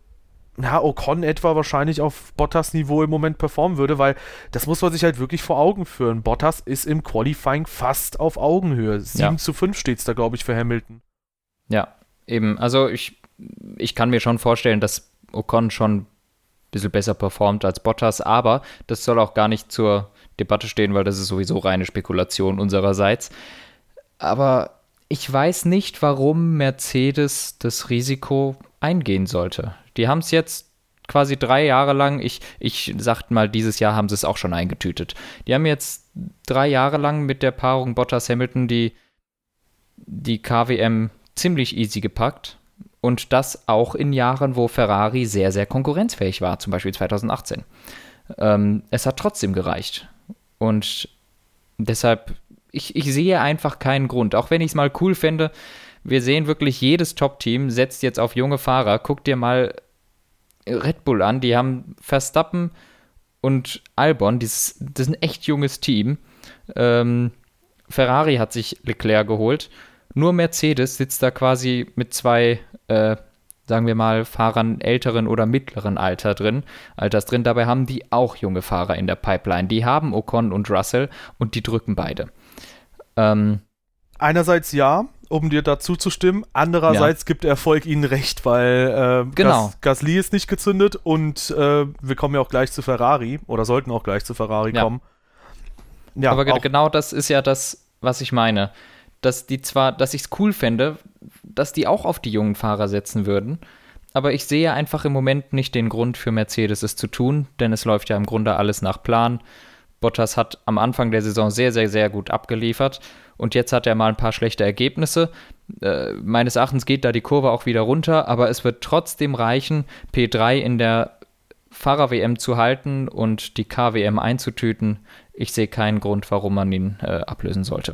ja, Ocon etwa wahrscheinlich auf Bottas Niveau im Moment performen würde, weil das muss man sich halt wirklich vor Augen führen. Bottas ist im Qualifying fast auf Augenhöhe. sieben zu fünf steht es da, glaube ich, für Hamilton. Ja, eben. Also ich, ich kann mir schon vorstellen, dass Ocon schon ein bisschen besser performt als Bottas, aber das soll auch gar nicht zur Debatte stehen, weil das ist sowieso reine Spekulation unsererseits. Aber ich weiß nicht, warum Mercedes das Risiko eingehen sollte. Die haben es jetzt quasi drei Jahre lang, ich, ich sag mal, dieses Jahr haben sie es auch schon eingetütet. Die haben jetzt drei Jahre lang mit der Paarung Bottas-Hamilton die, die K W M ziemlich easy gepackt. Und das auch in Jahren, wo Ferrari sehr, sehr konkurrenzfähig war, zum Beispiel zwanzig achtzehn. Ähm, es hat trotzdem gereicht. Und deshalb, ich, ich sehe einfach keinen Grund. Auch wenn ich es mal cool fände, wir sehen wirklich, jedes Top-Team setzt jetzt auf junge Fahrer. Guck dir mal Red Bull an, die haben Verstappen und Albon, dieses, das ist ein echt junges Team. Ähm, Ferrari hat sich Leclerc geholt. Nur Mercedes sitzt da quasi mit zwei, äh, sagen wir mal, Fahrern älteren oder mittleren Alter drin, Alters drin. Dabei haben die auch junge Fahrer in der Pipeline. Die haben Ocon und Russell und die drücken beide. Ähm, Einerseits ja, um dir dazu zu stimmen. Andererseits ja. gibt Erfolg ihnen recht, weil äh, genau. Gas- Gasly ist nicht gezündet und äh, wir kommen ja auch gleich zu Ferrari oder sollten auch gleich zu Ferrari ja. kommen. Ja, aber auch genau das ist ja das, was ich meine. Dass die zwar, dass ich es cool fände, dass die auch auf die jungen Fahrer setzen würden, aber ich sehe einfach im Moment nicht den Grund für Mercedes es zu tun, denn es läuft ja im Grunde alles nach Plan. Bottas hat am Anfang der Saison sehr, sehr, sehr gut abgeliefert und jetzt hat er mal ein paar schlechte Ergebnisse. Äh, meines Erachtens geht da die Kurve auch wieder runter, aber es wird trotzdem reichen, P drei in der Fahrer-W M zu halten und die K W M einzutüten. Ich sehe keinen Grund, warum man ihn äh, ablösen sollte.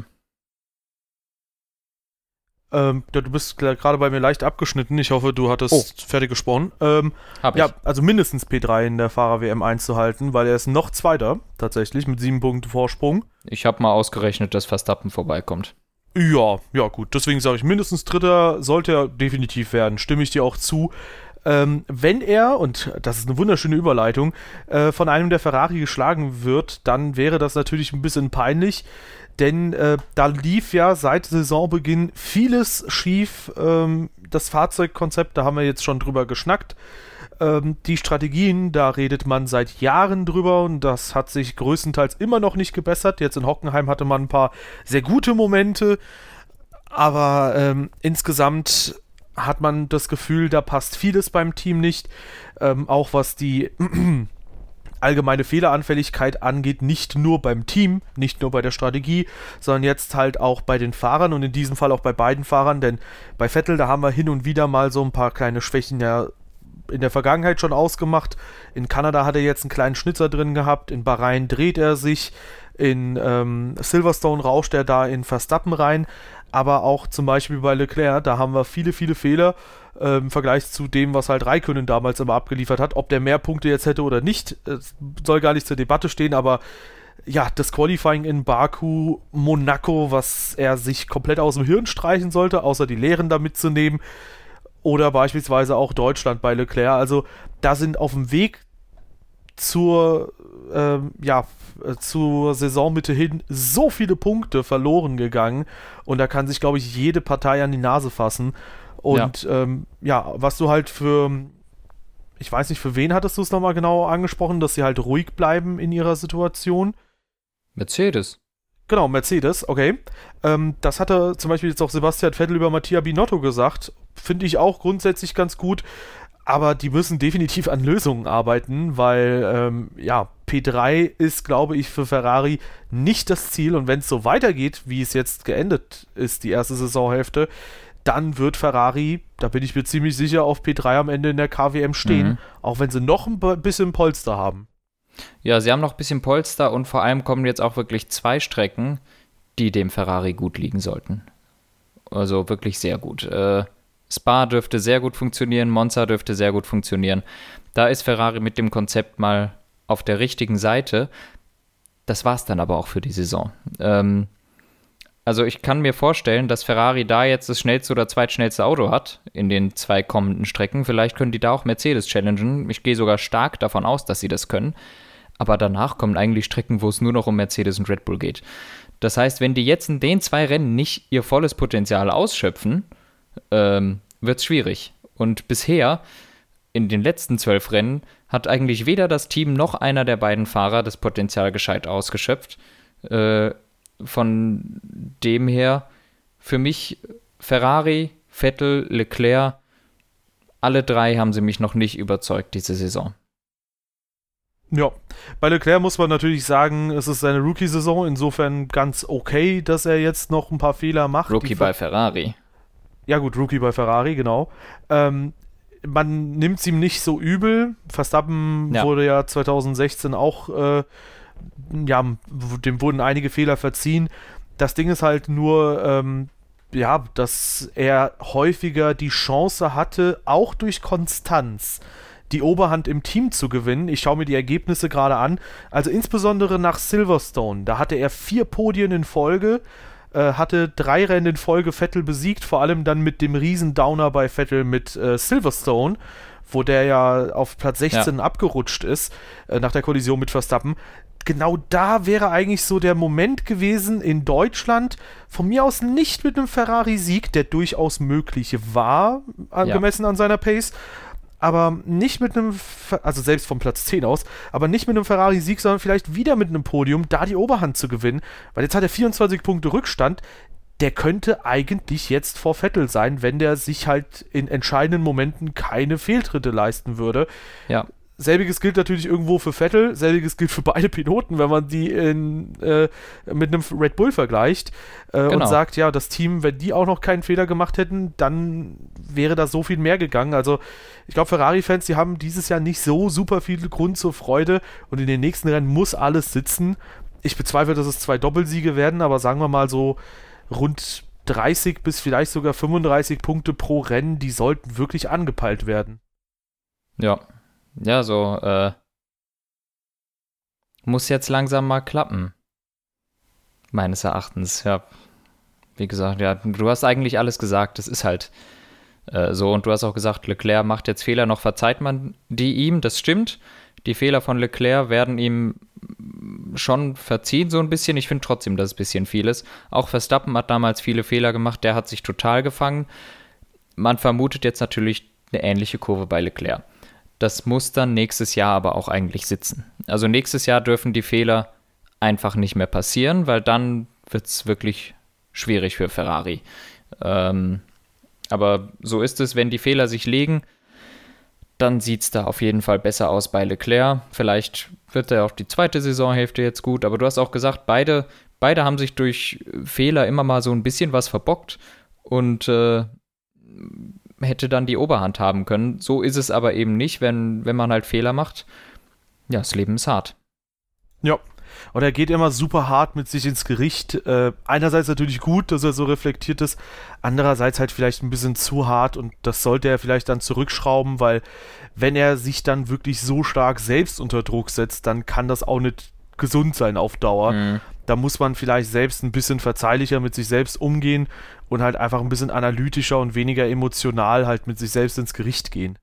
Ähm, ja, du bist gerade bei mir leicht abgeschnitten. Ich hoffe, du hattest oh. fertig gesprochen. Ähm, Hab ich. Ja, also mindestens P drei in der Fahrer-W M einzuhalten, weil er ist noch Zweiter, tatsächlich, mit sieben Punkten Vorsprung. Ich habe mal ausgerechnet, dass Verstappen vorbeikommt. Ja, ja gut. Deswegen sage ich, mindestens Dritter sollte er definitiv werden. Stimme ich dir auch zu. Ähm, wenn er, und das ist eine wunderschöne Überleitung, äh, von einem der Ferrari geschlagen wird, dann wäre das natürlich ein bisschen peinlich. Denn äh, da lief ja seit Saisonbeginn vieles schief. Ähm, das Fahrzeugkonzept, da haben wir jetzt schon drüber geschnackt. Ähm, die Strategien, da redet man seit Jahren drüber und das hat sich größtenteils immer noch nicht gebessert. Jetzt in Hockenheim hatte man ein paar sehr gute Momente, aber ähm, insgesamt hat man das Gefühl, da passt vieles beim Team nicht. Ähm, auch was die allgemeine Fehleranfälligkeit angeht, nicht nur beim Team, nicht nur bei der Strategie, sondern jetzt halt auch bei den Fahrern und in diesem Fall auch bei beiden Fahrern, denn bei Vettel, da haben wir hin und wieder mal so ein paar kleine Schwächen ja in der Vergangenheit schon ausgemacht. In Kanada hat er jetzt einen kleinen Schnitzer drin gehabt, in Bahrain dreht er sich, in ähm, Silverstone rauscht er da in Verstappen rein, aber auch zum Beispiel bei Leclerc, da haben wir viele, viele Fehler äh, im Vergleich zu dem, was halt Räikkönen damals immer abgeliefert hat. Ob der mehr Punkte jetzt hätte oder nicht, soll gar nicht zur Debatte stehen, aber ja, das Qualifying in Baku, Monaco, was er sich komplett aus dem Hirn streichen sollte, außer die Lehren da mitzunehmen, oder beispielsweise auch Deutschland bei Leclerc. Also da sind auf dem Weg zur, ähm, ja, zur Saisonmitte hin so viele Punkte verloren gegangen und da kann sich, glaube ich, jede Partei an die Nase fassen. Und ja, ähm, ja was du halt für, ich weiß nicht, für wen hattest du es nochmal genau angesprochen, dass sie halt ruhig bleiben in ihrer Situation? Mercedes. Genau, Mercedes, okay. Ähm, das hatte zum Beispiel jetzt auch Sebastian Vettel über Mattia Binotto gesagt. Finde ich auch grundsätzlich ganz gut. Aber die müssen definitiv an Lösungen arbeiten, weil, ähm, ja, P drei ist, glaube ich, für Ferrari nicht das Ziel. Und wenn es so weitergeht, wie es jetzt geendet ist, die erste Saisonhälfte, dann wird Ferrari, da bin ich mir ziemlich sicher, auf P drei am Ende in der K W M stehen. Mhm. Auch wenn sie noch ein bisschen Polster haben. Ja, sie haben noch ein bisschen Polster und vor allem kommen jetzt auch wirklich zwei Strecken, die dem Ferrari gut liegen sollten. Also wirklich sehr gut. Äh, Spa dürfte sehr gut funktionieren, Monza dürfte sehr gut funktionieren. Da ist Ferrari mit dem Konzept mal auf der richtigen Seite. Das war es dann aber auch für die Saison. Ähm, also ich kann mir vorstellen, dass Ferrari da jetzt das schnellste oder zweitschnellste Auto hat in den zwei kommenden Strecken. Vielleicht können die da auch Mercedes challengen. Ich gehe sogar stark davon aus, dass sie das können. Aber danach kommen eigentlich Strecken, wo es nur noch um Mercedes und Red Bull geht. Das heißt, wenn die jetzt in den zwei Rennen nicht ihr volles Potenzial ausschöpfen, ähm, wird es schwierig. Und bisher, in den letzten zwölf Rennen, hat eigentlich weder das Team noch einer der beiden Fahrer das Potenzial gescheit ausgeschöpft. Äh, von dem her für mich Ferrari, Vettel, Leclerc, alle drei haben sie mich noch nicht überzeugt diese Saison. Ja, bei Leclerc muss man natürlich sagen, es ist seine Rookie-Saison, insofern ganz okay, dass er jetzt noch ein paar Fehler macht. Rookie bei Ferrari. Ja gut, Rookie bei Ferrari, genau. Ähm, man nimmt es ihm nicht so übel. Verstappen ja. wurde ja zwanzig sechzehn auch, äh, ja, dem wurden einige Fehler verziehen. Das Ding ist halt nur, ähm, ja, dass er häufiger die Chance hatte, auch durch Konstanz die Oberhand im Team zu gewinnen. Ich schaue mir die Ergebnisse gerade an. Also insbesondere nach Silverstone, da hatte er vier Podien in Folge, äh, hatte drei Rennen in Folge Vettel besiegt, vor allem dann mit dem riesen Downer bei Vettel mit äh, Silverstone, wo der ja auf Platz sechzehn ja. abgerutscht ist, äh, nach der Kollision mit Verstappen. Genau da wäre eigentlich so der Moment gewesen in Deutschland, von mir aus nicht mit einem Ferrari-Sieg, der durchaus möglich war, gemessen ja. an seiner Pace, aber nicht mit einem, also selbst vom Platz zehn aus, aber nicht mit einem Ferrari-Sieg, sondern vielleicht wieder mit einem Podium, da die Oberhand zu gewinnen, weil jetzt hat er vierundzwanzig Punkte Rückstand, der könnte eigentlich jetzt vor Vettel sein, wenn der sich halt in entscheidenden Momenten keine Fehltritte leisten würde. Ja. Selbiges gilt natürlich irgendwo für Vettel, selbiges gilt für beide Piloten, wenn man die in, äh, mit einem Red Bull vergleicht äh, genau. und sagt, ja, das Team, wenn die auch noch keinen Fehler gemacht hätten, dann wäre da so viel mehr gegangen. Also ich glaube, Ferrari-Fans, die haben dieses Jahr nicht so super viel Grund zur Freude und in den nächsten Rennen muss alles sitzen. Ich bezweifle, dass es zwei Doppelsiege werden, aber sagen wir mal so rund dreißig bis vielleicht sogar fünfunddreißig Punkte pro Rennen, die sollten wirklich angepeilt werden. Ja. Ja, so, äh, muss jetzt langsam mal klappen. Meines Erachtens, ja. Wie gesagt, ja, du hast eigentlich alles gesagt, das ist halt äh, so. Und du hast auch gesagt, Leclerc macht jetzt Fehler, noch verzeiht man die ihm, das stimmt. Die Fehler von Leclerc werden ihm schon verziehen, so ein bisschen. Ich finde trotzdem, dass es ein bisschen viel ist. Auch Verstappen hat damals viele Fehler gemacht, der hat sich total gefangen. Man vermutet jetzt natürlich eine ähnliche Kurve bei Leclerc. Das muss dann nächstes Jahr aber auch eigentlich sitzen. Also nächstes Jahr dürfen die Fehler einfach nicht mehr passieren, weil dann wird es wirklich schwierig für Ferrari. Ähm, aber so ist es, wenn die Fehler sich legen, dann sieht es da auf jeden Fall besser aus bei Leclerc. Vielleicht wird er auch die zweite Saisonhälfte jetzt gut, aber du hast auch gesagt, beide, beide haben sich durch Fehler immer mal so ein bisschen was verbockt und äh, hätte dann die Oberhand haben können. So ist es aber eben nicht, wenn, wenn man halt Fehler macht. Ja, das Leben ist hart. Ja, und er geht immer super hart mit sich ins Gericht. Äh, einerseits natürlich gut, dass er so reflektiert ist, andererseits halt vielleicht ein bisschen zu hart und das sollte er vielleicht dann zurückschrauben, weil wenn er sich dann wirklich so stark selbst unter Druck setzt, dann kann das auch nicht gesund sein auf Dauer. Mhm. Da muss man vielleicht selbst ein bisschen verzeihlicher mit sich selbst umgehen und halt einfach ein bisschen analytischer und weniger emotional halt mit sich selbst ins Gericht gehen.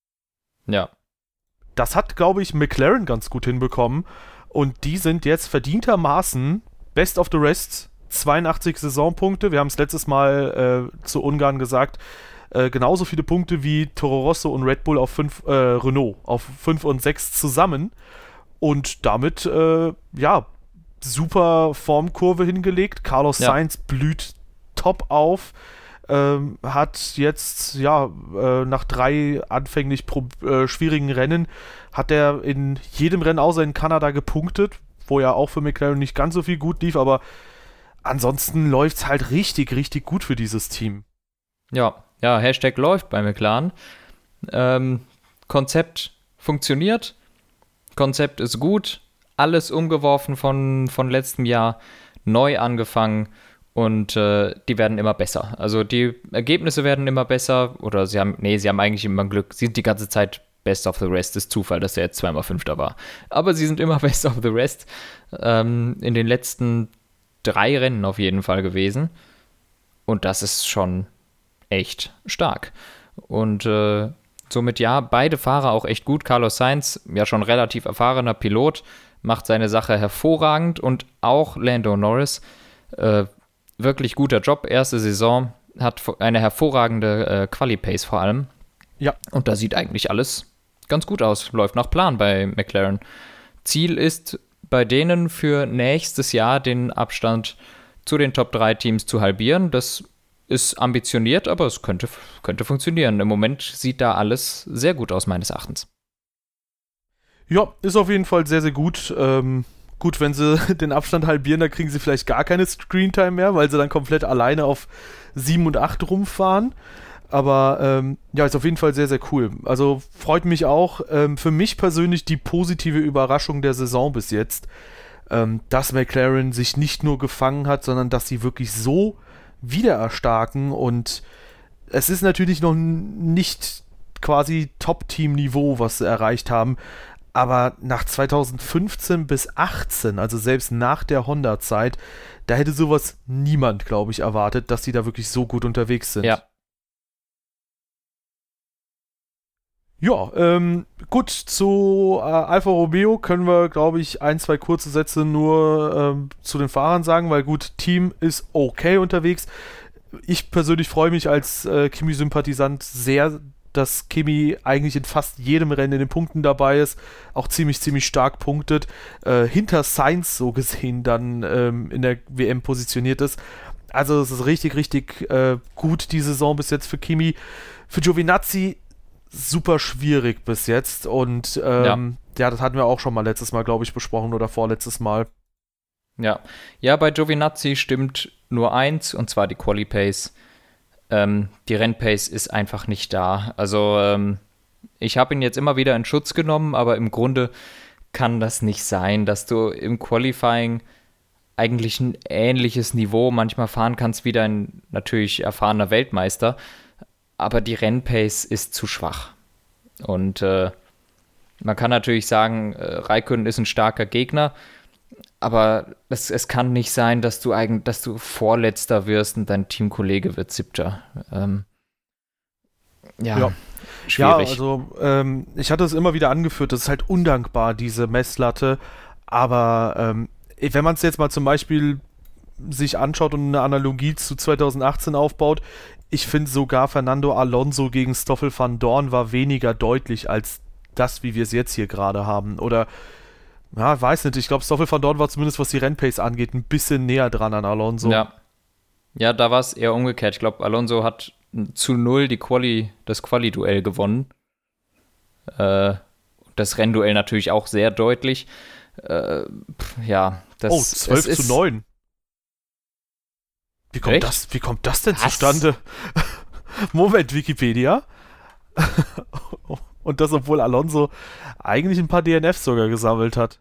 Ja. Das hat, glaube ich, McLaren ganz gut hinbekommen und die sind jetzt verdientermaßen Best of the Rest, zweiundachtzig Saisonpunkte. Wir haben es letztes Mal äh, zu Ungarn gesagt, äh, genauso viele Punkte wie Toro Rosso und Red Bull auf fünf, äh, Renault auf fünf und sechs zusammen und damit, äh, ja, super Formkurve hingelegt. Carlos ja. Sainz blüht top auf, ähm, hat jetzt, ja, äh, nach drei anfänglich pro, äh, schwierigen Rennen, hat er in jedem Rennen außer in Kanada gepunktet, wo ja auch für McLaren nicht ganz so viel gut lief, aber ansonsten läuft es halt richtig, richtig gut für dieses Team. Ja, ja, Hashtag läuft bei McLaren. Ähm, Konzept funktioniert, Konzept ist gut, alles umgeworfen von, von letztem Jahr, neu angefangen und äh, die werden immer besser. Also die Ergebnisse werden immer besser oder sie haben, nee, sie haben eigentlich immer Glück, sie sind die ganze Zeit Best of the Rest, ist Zufall, dass er jetzt zweimal Fünfter war. Aber sie sind immer Best of the Rest ähm, in den letzten drei Rennen auf jeden Fall gewesen und das ist schon echt stark. Und äh, somit ja, beide Fahrer auch echt gut. Carlos Sainz, ja schon relativ erfahrener Pilot, macht seine Sache hervorragend und auch Lando Norris, äh, wirklich guter Job, erste Saison, hat eine hervorragende äh, Quali-Pace vor allem. Ja. Und da sieht eigentlich alles ganz gut aus, läuft nach Plan bei McLaren. Ziel ist bei denen für nächstes Jahr den Abstand zu den Top drei Teams zu halbieren. Das ist ambitioniert, aber es könnte, könnte funktionieren. Im Moment sieht da alles sehr gut aus, meines Erachtens. Ja, ist auf jeden Fall sehr, sehr gut. Ähm, gut, wenn sie den Abstand halbieren, dann kriegen sie vielleicht gar keine Screentime mehr, weil sie dann komplett alleine auf sieben und acht rumfahren. Aber ähm, ja, ist auf jeden Fall sehr, sehr cool. Also freut mich auch. Ähm, für mich persönlich die positive Überraschung der Saison bis jetzt, ähm, dass McLaren sich nicht nur gefangen hat, sondern dass sie wirklich so wieder erstarken. Und es ist natürlich noch nicht quasi Top-Team-Niveau, was sie erreicht haben. Aber nach zweitausendfünfzehn bis achtzehn, also selbst nach der Honda-Zeit, da hätte sowas niemand, glaube ich, erwartet, dass die da wirklich so gut unterwegs sind. Ja. Ja, ähm, gut, zu äh, Alfa Romeo können wir, glaube ich, ein, zwei kurze Sätze nur ähm, zu den Fahrern sagen, weil gut, Team ist okay unterwegs. Ich persönlich freue mich als äh, Kimi-Sympathisant sehr, dass Kimi eigentlich in fast jedem Rennen in den Punkten dabei ist, auch ziemlich, ziemlich stark punktet, äh, hinter Sainz so gesehen dann ähm, in der W M positioniert ist. Also es ist richtig, richtig äh, gut die Saison bis jetzt für Kimi. Für Giovinazzi super schwierig bis jetzt und ähm, ja. ja, das hatten wir auch schon mal letztes Mal, glaube ich, besprochen oder vorletztes Mal. Ja, ja, bei Giovinazzi stimmt nur eins, und zwar die Quali-Pace. Ähm, die Rennpace ist einfach nicht da. Also ähm, ich habe ihn jetzt immer wieder in Schutz genommen, aber im Grunde kann das nicht sein, dass du im Qualifying eigentlich ein ähnliches Niveau manchmal fahren kannst wie dein natürlich erfahrener Weltmeister, aber die Rennpace ist zu schwach. Und äh, man kann natürlich sagen, äh, Räikkönen ist ein starker Gegner, aber es, es kann nicht sein, dass du eigentlich, dass du Vorletzter wirst und dein Teamkollege wird Siebter. Ähm, ja, ja, schwierig. Ja, also ähm, ich hatte es immer wieder angeführt, das ist halt undankbar, diese Messlatte, aber ähm, wenn man es jetzt mal zum Beispiel sich anschaut und eine Analogie zu zweitausendachtzehn aufbaut, ich finde sogar Fernando Alonso gegen Stoffel van Dorn war weniger deutlich als das, wie wir es jetzt hier gerade haben. Oder, ja, weiß nicht, ich glaube Stoffel van Dorn war zumindest, was die Rennpace angeht, ein bisschen näher dran an Alonso. Ja, ja, da war es eher umgekehrt. Ich glaube, Alonso hat zu null die Quali, das Quali-Duell gewonnen. Äh, das Rennduell natürlich auch sehr deutlich. Äh, pff, ja, das Oh, zwölf zu neun. Wie kommt, das, wie kommt das denn Was? zustande? Moment, Wikipedia. Und das, obwohl Alonso eigentlich ein paar D N Fs sogar gesammelt hat.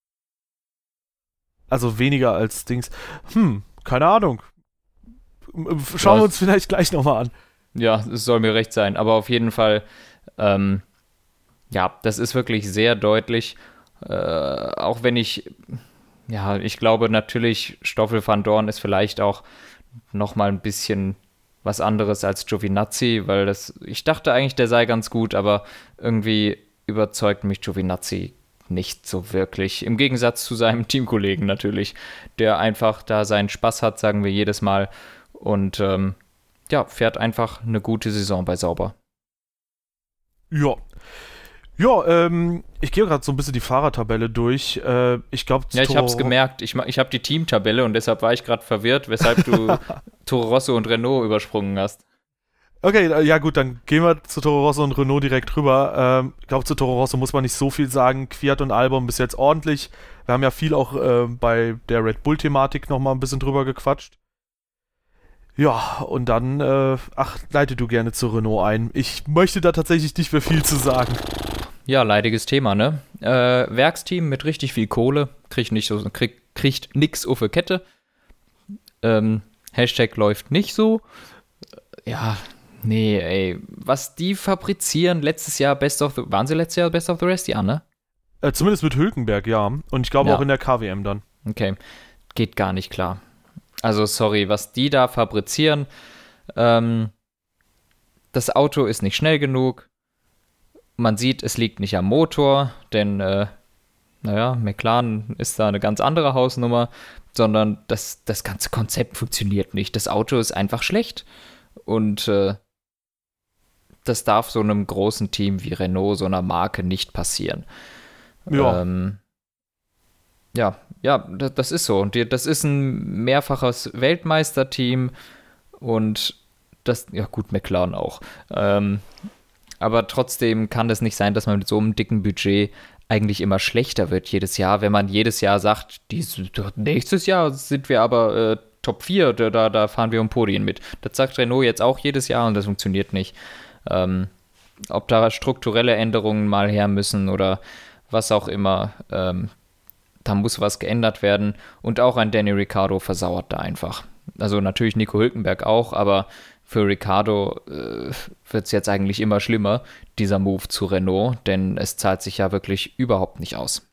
Also weniger als Dings. Hm, keine Ahnung. Schauen wir uns vielleicht gleich nochmal an. Ja, es soll mir recht sein. Aber auf jeden Fall, ähm, ja, das ist wirklich sehr deutlich. Äh, auch wenn ich, ja, ich glaube natürlich, Stoffel van Dorn ist vielleicht auch noch mal ein bisschen was anderes als Giovinazzi, weil das, ich dachte eigentlich, der sei ganz gut, aber irgendwie überzeugt mich Giovinazzi nicht so wirklich. Im Gegensatz zu seinem Teamkollegen natürlich, der einfach da seinen Spaß hat, sagen wir jedes Mal, und ähm, ja, fährt einfach eine gute Saison bei Sauber. Ja. Ja, ähm, ich gehe gerade so ein bisschen die Fahrertabelle durch. Äh, ich glaube, Ja, ich habe es gemerkt. Ich, ich habe die Teamtabelle und deshalb war ich gerade verwirrt, weshalb du Toro Rosso und Renault übersprungen hast. Okay, ja gut, dann gehen wir zu Toro Rosso und Renault direkt rüber. Ähm, ich glaube, zu Toro Rosso muss man nicht so viel sagen. Kvyat und Albon bis jetzt ordentlich. Wir haben ja viel auch äh, bei der Red Bull-Thematik nochmal ein bisschen drüber gequatscht. Ja, und dann, äh, ach, leite du gerne zu Renault ein. Ich möchte da tatsächlich nicht mehr viel zu sagen. Ja, leidiges Thema, ne? Äh, Werksteam mit richtig viel Kohle, kriegt nicht so, krieg, kriegt nix auf die Kette. Ähm, Hashtag läuft nicht so. Ja, nee, ey. Was die fabrizieren, letztes Jahr Best of the, waren sie letztes Jahr Best of the Rest? Ja, ne? Äh, zumindest mit Hülkenberg, ja. Und ich glaube Ja. auch in der K W M dann. Okay, geht gar nicht klar. Also, sorry, was die da fabrizieren, ähm, das Auto ist nicht schnell genug. Man sieht, es liegt nicht am Motor, denn, äh, naja, McLaren ist da eine ganz andere Hausnummer, sondern das, das ganze Konzept funktioniert nicht. Das Auto ist einfach schlecht. Und äh, das darf so einem großen Team wie Renault, so einer Marke, nicht passieren. Ja. Ähm, ja, ja, das, das ist so. Und die, das ist ein mehrfaches Weltmeisterteam Und das, ja gut, McLaren auch. Ähm, aber trotzdem kann es nicht sein, dass man mit so einem dicken Budget eigentlich immer schlechter wird jedes Jahr, wenn man jedes Jahr sagt, dies, nächstes Jahr sind wir aber äh, Top vier, da, da fahren wir um Podien mit. Das sagt Renault jetzt auch jedes Jahr und das funktioniert nicht. Ähm, ob da strukturelle Änderungen mal her müssen oder was auch immer, ähm, da muss was geändert werden. Und auch ein Danny Ricciardo versauert da einfach. Also natürlich Nico Hülkenberg auch, aber für Ricciardo äh, wird es jetzt eigentlich immer schlimmer, dieser Move zu Renault, denn es zahlt sich ja wirklich überhaupt nicht aus.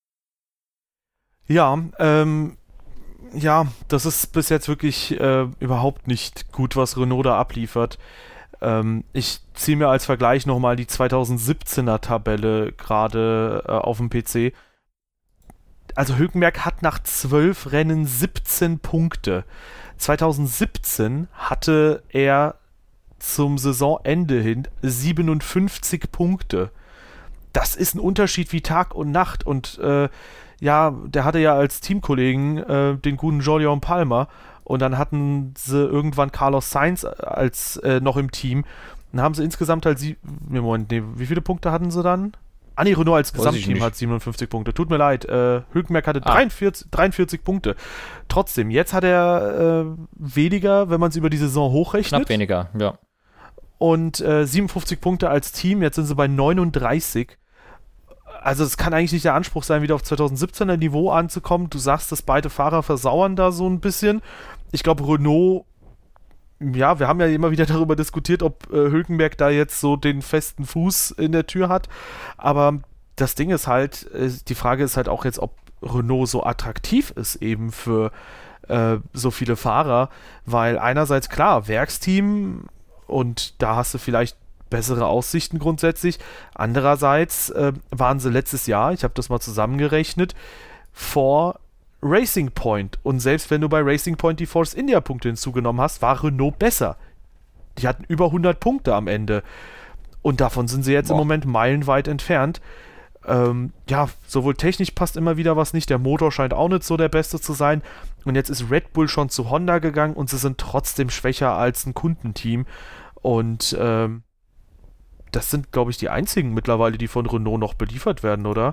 Ja, ähm, ja, das ist bis jetzt wirklich äh, überhaupt nicht gut, was Renault da abliefert. Ähm, ich ziehe mir als Vergleich nochmal die zweitausendsiebzehner Tabelle gerade äh, auf dem P C. Also Hülkenberg hat nach zwölf Rennen siebzehn Punkte. zweitausendsiebzehn hatte er zum Saisonende hin siebenundfünfzig Punkte. Das ist ein Unterschied wie Tag und Nacht. Und äh, ja, der hatte ja als Teamkollegen äh, den guten Jolyon Palmer und dann hatten sie irgendwann Carlos Sainz als äh, noch im Team. Dann haben sie insgesamt halt sie Moment, nee, wie viele Punkte hatten sie dann? Ah nee, Renault als Gesamtteam hat siebenundfünfzig Punkte. Tut mir leid, äh, Hülkenberg hatte ah. dreiundvierzig, dreiundvierzig Punkte. Trotzdem, jetzt hat er äh, weniger, wenn man es über die Saison hochrechnet. Knapp weniger, ja. Und äh, siebenundfünfzig Punkte als Team, jetzt sind sie bei neununddreißig. Also es kann eigentlich nicht der Anspruch sein, wieder auf zweitausendsiebzehner Niveau anzukommen. Du sagst, dass beide Fahrer versauern da so ein bisschen. Ich glaube, Renault, ja, wir haben ja immer wieder darüber diskutiert, ob äh, Hülkenberg da jetzt so den festen Fuß in der Tür hat. Aber das Ding ist halt, äh, die Frage ist halt auch jetzt, ob Renault so attraktiv ist eben für äh, so viele Fahrer. Weil einerseits, klar, Werksteam und da hast du vielleicht bessere Aussichten grundsätzlich. Andererseits äh, waren sie letztes Jahr, ich habe das mal zusammengerechnet, vor Racing Point. Und selbst wenn du bei Racing Point die Force India Punkte hinzugenommen hast, war Renault besser. Die hatten über hundert Punkte am Ende. Und davon sind sie jetzt Boah. im Moment meilenweit entfernt. Ähm, ja, sowohl technisch passt immer wieder was nicht. Der Motor scheint auch nicht so der beste zu sein. Und jetzt ist Red Bull schon zu Honda gegangen und sie sind trotzdem schwächer als ein Kundenteam. Und ähm, das sind, glaube ich, die einzigen mittlerweile, die von Renault noch beliefert werden, oder?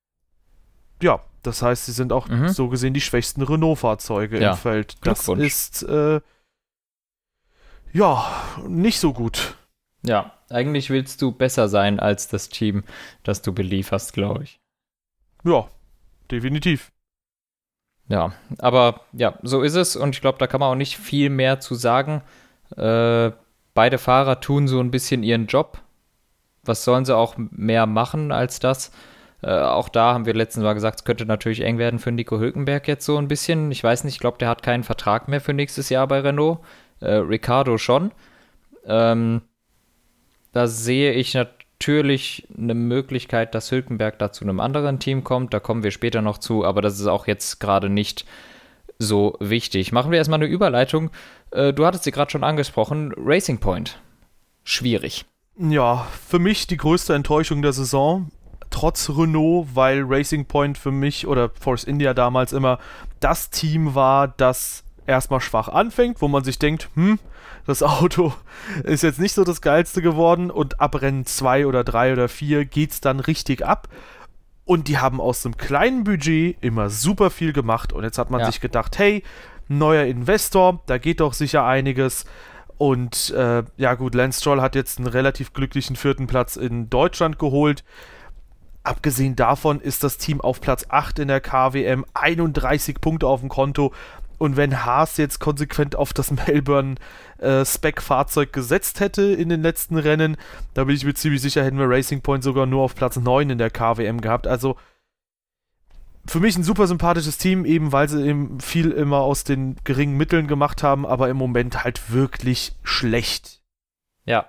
Ja, das heißt, sie sind auch mhm. so gesehen die schwächsten Renault-Fahrzeuge ja. im Feld. Das ist, äh, ja, nicht so gut. Ja, eigentlich willst du besser sein als das Team, das du belieferst, glaube ich. Ja, definitiv. Ja, aber ja, so ist es und ich glaube, da kann man auch nicht viel mehr zu sagen. Äh, beide Fahrer tun so ein bisschen ihren Job. Was sollen sie auch mehr machen als das? Äh, auch da haben wir letztens Mal gesagt, es könnte natürlich eng werden für Nico Hülkenberg jetzt so ein bisschen. Ich weiß nicht, ich glaube, der hat keinen Vertrag mehr für nächstes Jahr bei Renault. Äh, Ricciardo schon. Ähm, da sehe ich natürlich eine Möglichkeit, dass Hülkenberg da zu einem anderen Team kommt. Da kommen wir später noch zu, aber das ist auch jetzt gerade nicht so wichtig. Machen wir erstmal eine Überleitung. Äh, du hattest sie gerade schon angesprochen. Racing Point. Schwierig. Ja, für mich die größte Enttäuschung der Saison, trotz Renault, weil Racing Point für mich oder Force India damals immer das Team war, das erstmal schwach anfängt, wo man sich denkt, hm, das Auto ist jetzt nicht so das Geilste geworden und ab Rennen zwei oder drei oder vier geht's dann richtig ab. Und die haben aus einem kleinen Budget immer super viel gemacht und jetzt hat man ja. sich gedacht, hey, neuer Investor, da geht doch sicher einiges. Und äh, ja gut, Lance Stroll hat jetzt einen relativ glücklichen vierten Platz in Deutschland geholt. Abgesehen davon ist das Team auf Platz acht in der K W M, einunddreißig Punkte auf dem Konto. Und wenn Haas jetzt konsequent auf das Melbourne-Spec-Fahrzeug äh, gesetzt hätte in den letzten Rennen, da bin ich mir ziemlich sicher, hätten wir Racing Point sogar nur auf Platz neun in der K W M gehabt. Also für mich ein super sympathisches Team, eben weil sie eben viel immer aus den geringen Mitteln gemacht haben, aber im Moment halt wirklich schlecht. Ja.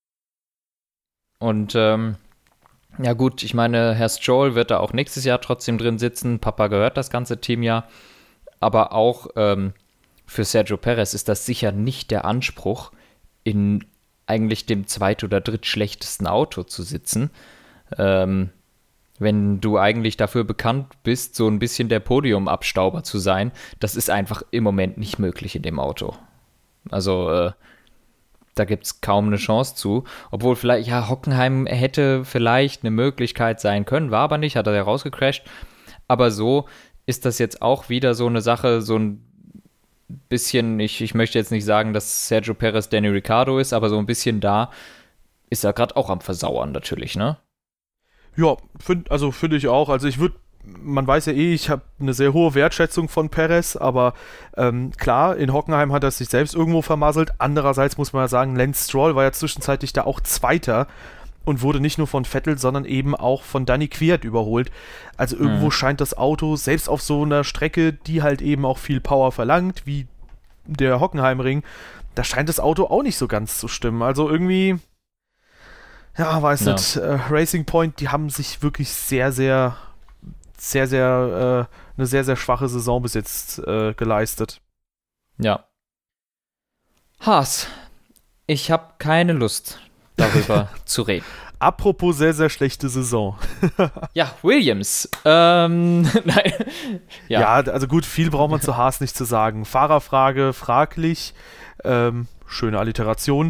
Und ähm, ja gut, ich meine, Herr Stroll wird da auch nächstes Jahr trotzdem drin sitzen. Papa gehört das ganze Team ja. Aber auch ähm, für Sergio Perez ist das sicher nicht der Anspruch, in eigentlich dem zweit- oder drittschlechtesten Auto zu sitzen. Ähm, wenn du eigentlich dafür bekannt bist, so ein bisschen der Podiumabstauber zu sein, das ist einfach im Moment nicht möglich in dem Auto. Also äh, da gibt es kaum eine Chance zu. Obwohl vielleicht, ja, Hockenheim hätte vielleicht eine Möglichkeit sein können, war aber nicht, hat er ja rausgecrasht. Aber so ist das jetzt auch wieder so eine Sache, so ein bisschen, ich, ich möchte jetzt nicht sagen, dass Sergio Perez Danny Ricciardo ist, aber so ein bisschen da ist er gerade auch am Versauern natürlich, ne? Ja, find, also finde ich auch. Also ich würde, man weiß ja eh, ich habe eine sehr hohe Wertschätzung von Perez, aber ähm, klar, in Hockenheim hat er sich selbst irgendwo vermasselt. Andererseits muss man ja sagen, Lance Stroll war ja zwischenzeitlich da auch Zweiter und wurde nicht nur von Vettel, sondern eben auch von Danny Kvyat überholt. Also irgendwo mhm. scheint das Auto, selbst auf so einer Strecke, die halt eben auch viel Power verlangt, wie der Hockenheimring, da scheint das Auto auch nicht so ganz zu stimmen. Also irgendwie... Ja, weiß ja. nicht. Äh, Racing Point, die haben sich wirklich sehr, sehr, sehr, sehr, äh, eine sehr, sehr schwache Saison bis jetzt äh, geleistet. Ja. Haas, ich habe keine Lust, darüber zu reden. Apropos sehr, sehr schlechte Saison. Ja, Williams. Ähm, nein. Ja. ja, also gut, viel braucht man zu Haas nicht zu sagen. Fahrerfrage, fraglich. Ähm, schöne Alliteration.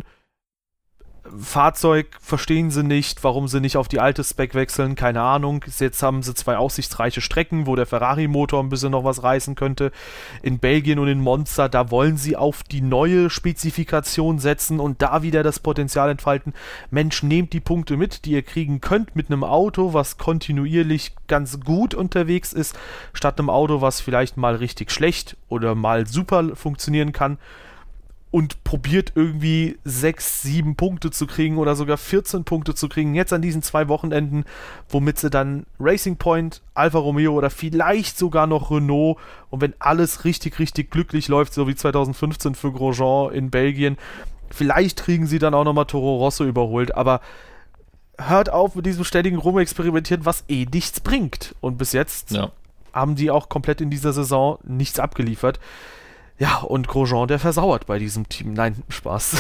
Fahrzeug verstehen sie nicht, warum sie nicht auf die alte Spec wechseln, keine Ahnung. Jetzt haben sie zwei aussichtsreiche Strecken, wo der Ferrari-Motor ein bisschen noch was reißen könnte. In Belgien und in Monza, da wollen sie auf die neue Spezifikation setzen und da wieder das Potenzial entfalten. Mensch, nehmt die Punkte mit, die ihr kriegen könnt mit einem Auto, was kontinuierlich ganz gut unterwegs ist, statt einem Auto, was vielleicht mal richtig schlecht oder mal super funktionieren kann. Und probiert irgendwie sechs, sieben Punkte zu kriegen oder sogar vierzehn Punkte zu kriegen, jetzt an diesen zwei Wochenenden, womit sie dann Racing Point, Alfa Romeo oder vielleicht sogar noch Renault, und wenn alles richtig, richtig glücklich läuft, so wie zwanzig fünfzehn für Grosjean in Belgien, vielleicht kriegen sie dann auch nochmal Toro Rosso überholt, aber hört auf mit diesem ständigen Rumexperimentieren, was eh nichts bringt. Und bis jetzt ja. haben die auch komplett in dieser Saison nichts abgeliefert. Ja, und Grosjean, der versauert bei diesem Team. Nein, Spaß.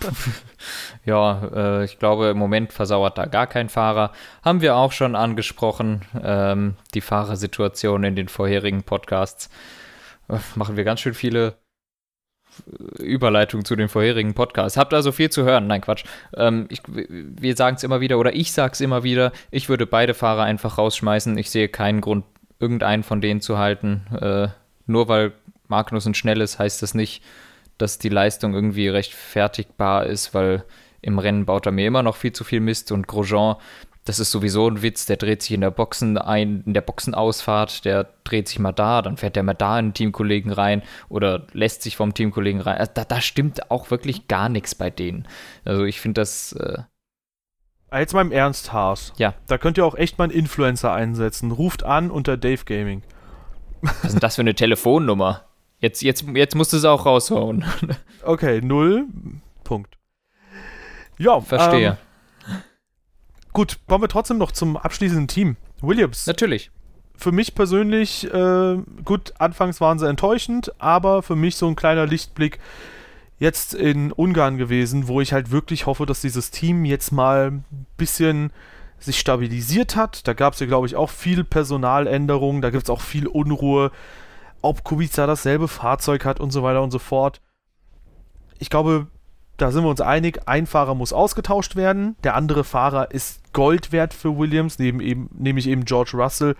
Ja, äh, ich glaube, im Moment versauert da gar kein Fahrer. Haben wir auch schon angesprochen, ähm, die Fahrersituation in den vorherigen Podcasts. Äh, machen wir ganz schön viele Überleitungen zu den vorherigen Podcasts. Habt also viel zu hören. Nein, Quatsch. Ähm, ich, wir sagen es immer wieder, oder ich sage es immer wieder, ich würde beide Fahrer einfach rausschmeißen. Ich sehe keinen Grund, irgendeinen von denen zu halten. Äh, nur weil Magnussen schnell ist, heißt das nicht, dass die Leistung irgendwie rechtfertigbar ist, weil im Rennen baut er mir immer noch viel zu viel Mist, und Grosjean, das ist sowieso ein Witz, der dreht sich in der Boxen ein, in der Boxenausfahrt, der dreht sich mal da, dann fährt der mal da in den Teamkollegen rein oder lässt sich vom Teamkollegen rein. Also da, da stimmt auch wirklich gar nichts bei denen. Also ich finde das... Äh Jetzt mal im Ernst, Haas. Ja. Da könnt ihr auch echt mal einen Influencer einsetzen. Ruft an unter Dave Gaming. Was ist denn das für eine Telefonnummer? Jetzt, jetzt, jetzt musst du es auch raushauen. Okay, null. Punkt. Ja, verstehe. Ähm, gut, kommen wir trotzdem noch zum abschließenden Team. Williams. Natürlich. Für mich persönlich, äh, gut, anfangs waren sie enttäuschend, aber für mich so ein kleiner Lichtblick jetzt in Ungarn gewesen, wo ich halt wirklich hoffe, dass dieses Team jetzt mal ein bisschen sich stabilisiert hat. Da gab es ja, glaube ich, auch viel Personaländerungen, da gibt es auch viel Unruhe, ob Kubica dasselbe Fahrzeug hat und so weiter und so fort. Ich glaube, da sind wir uns einig, ein Fahrer muss ausgetauscht werden, der andere Fahrer ist Gold wert für Williams, neben eben, nämlich eben George Russell.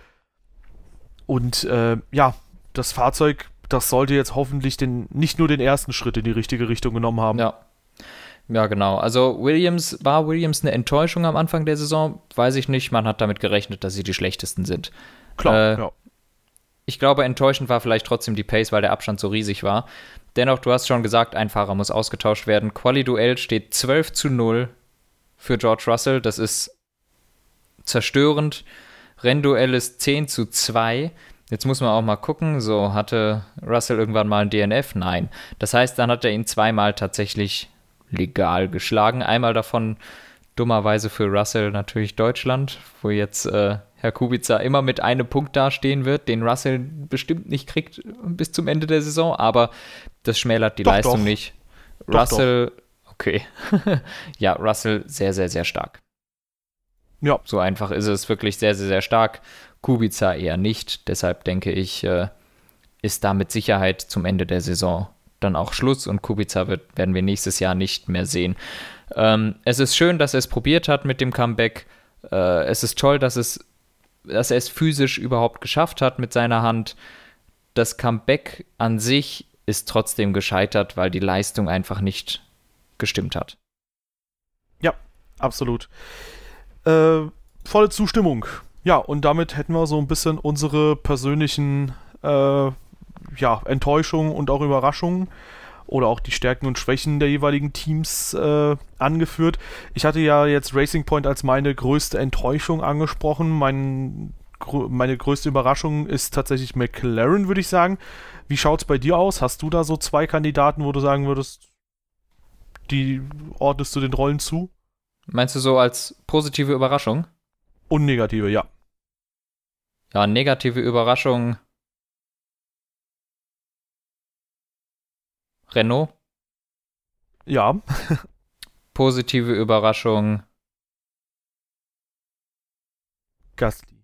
Und äh, ja, das Fahrzeug, das sollte jetzt hoffentlich den, nicht nur den ersten Schritt in die richtige Richtung genommen haben. Ja. Ja, genau. Also Williams, war Williams eine Enttäuschung am Anfang der Saison? Weiß ich nicht. Man hat damit gerechnet, dass sie die schlechtesten sind. Klar, äh, ja. Ich glaube, enttäuschend war vielleicht trotzdem die Pace, weil der Abstand so riesig war. Dennoch, du hast schon gesagt, ein Fahrer muss ausgetauscht werden. Quali-Duell steht zwölf zu null für George Russell. Das ist zerstörend. Rennduell ist zehn zu zwei. Jetzt muss man auch mal gucken, so hatte Russell irgendwann mal ein D N F? Nein. Das heißt, dann hat er ihn zweimal tatsächlich legal geschlagen. Einmal davon dummerweise für Russell natürlich Deutschland, wo jetzt äh, Herr Kubica immer mit einem Punkt dastehen wird, den Russell bestimmt nicht kriegt bis zum Ende der Saison, aber das schmälert die doch, Leistung doch. nicht. Doch, Russell, doch. Okay. Ja, Russell sehr, sehr, sehr stark. Ja. So einfach ist es, wirklich sehr, sehr, sehr stark. Kubica eher nicht, deshalb denke ich, äh, ist da mit Sicherheit zum Ende der Saison dann auch Schluss und Kubica wird, werden wir nächstes Jahr nicht mehr sehen. Ähm, es ist schön, dass er es probiert hat mit dem Comeback. Äh, es ist toll, dass, es, dass er es physisch überhaupt geschafft hat mit seiner Hand. Das Comeback an sich ist trotzdem gescheitert, weil die Leistung einfach nicht gestimmt hat. Ja, absolut. Äh, volle Zustimmung. Ja, und damit hätten wir so ein bisschen unsere persönlichen äh, ja, Enttäuschungen und auch Überraschungen oder auch die Stärken und Schwächen der jeweiligen Teams äh, angeführt. Ich hatte ja jetzt Racing Point als meine größte Enttäuschung angesprochen. Mein, gr- meine größte Überraschung ist tatsächlich McLaren, würde ich sagen. Wie schaut es bei dir aus? Hast du da so zwei Kandidaten, wo du sagen würdest, die ordnest du den Rollen zu? Meinst du so als positive Überraschung? Und negative, ja. Ja, negative Überraschung. Renault. Ja. Positive Überraschung. Gasly.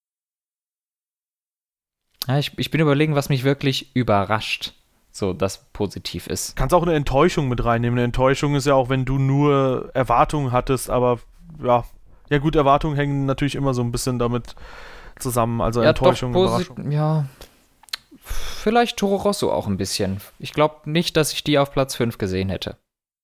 Ja, ich, ich bin überlegen, was mich wirklich überrascht. So, das positiv ist. Kannst auch eine Enttäuschung mit reinnehmen. Eine Enttäuschung ist ja auch, wenn du nur Erwartungen hattest, aber ja, ja gut, Erwartungen hängen natürlich immer so ein bisschen damit zusammen. Also Ja, Enttäuschung, doch, posi- Überraschung. Ja, vielleicht Toro Rosso auch ein bisschen. Ich glaube nicht, dass ich die auf Platz fünf gesehen hätte.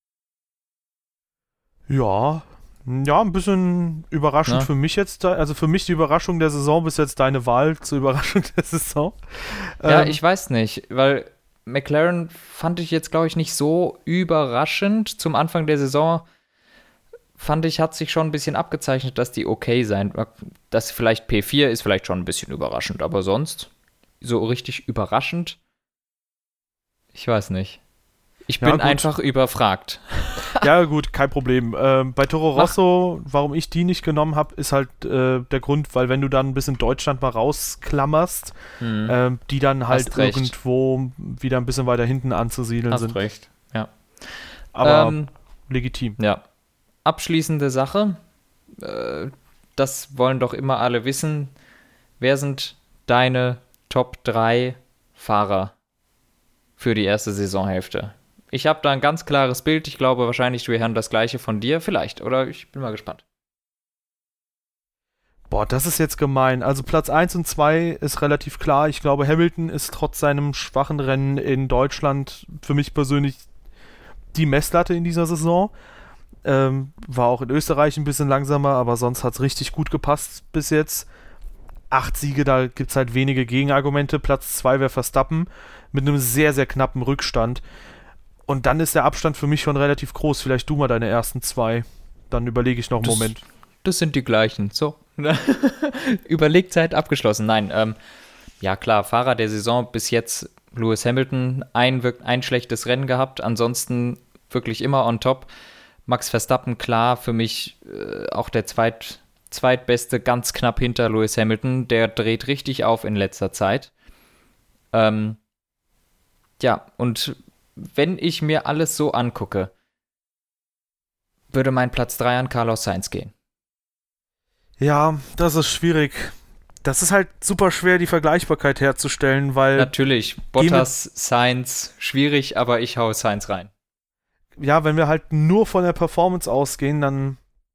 Ja, ja, ein bisschen überraschend Na? für mich jetzt. Da, also für mich die Überraschung der Saison bis jetzt deine Wahl zur Überraschung der Saison. Ja, Ähm, ich weiß nicht, weil McLaren fand ich jetzt, glaube ich, nicht so überraschend. Zum Anfang der Saison fand ich, hat sich schon ein bisschen abgezeichnet, dass die okay sein. Dass vielleicht P vier ist vielleicht schon ein bisschen überraschend, aber sonst so richtig überraschend? Ich weiß nicht. Ich Ja, bin gut. einfach überfragt. Ja, gut, kein Problem. Ähm, bei Toro Mach. Rosso, warum ich die nicht genommen habe, ist halt äh, der Grund, weil wenn du dann ein bisschen Deutschland mal rausklammerst, Hm. ähm, die dann halt Hast recht. irgendwo wieder ein bisschen weiter hinten anzusiedeln Hast sind. recht. Ja. Aber ähm, legitim. Ja. Abschließende Sache. Äh, das wollen doch immer alle wissen. Wer sind deine Top drei Fahrer für die erste Saisonhälfte? Ich habe da ein ganz klares Bild. Ich glaube wahrscheinlich, wir hören das gleiche von dir. Vielleicht. Oder ich bin mal gespannt. Boah, das ist jetzt gemein. Also Platz eins und zwei ist relativ klar. Ich glaube, Hamilton ist trotz seinem schwachen Rennen in Deutschland für mich persönlich die Messlatte in dieser Saison. Ähm, war auch in Österreich ein bisschen langsamer, aber sonst hat es richtig gut gepasst bis jetzt. Acht Siege, da gibt es halt wenige Gegenargumente. Platz zwei wäre Verstappen mit einem sehr, sehr knappen Rückstand. Und dann ist der Abstand für mich schon relativ groß. Vielleicht du mal deine ersten zwei. Dann überlege ich noch einen Das- Moment. Das sind die gleichen. So. Überlegzeit abgeschlossen. Nein, ähm, ja klar, Fahrer der Saison bis jetzt Lewis Hamilton, ein, wirk- ein schlechtes Rennen gehabt, ansonsten wirklich immer on top. Max Verstappen, klar, für mich äh, auch der zweit, zweitbeste, ganz knapp hinter Lewis Hamilton. Der dreht richtig auf in letzter Zeit. Ähm, ja, und wenn ich mir alles so angucke, würde mein Platz drei an Carlos Sainz gehen. Ja, das ist schwierig. Das ist halt super schwer, die Vergleichbarkeit herzustellen, weil, Natürlich, Bottas, Sainz, schwierig, aber ich hau Sainz rein. ja, wenn wir halt nur von der Performance ausgehen, dann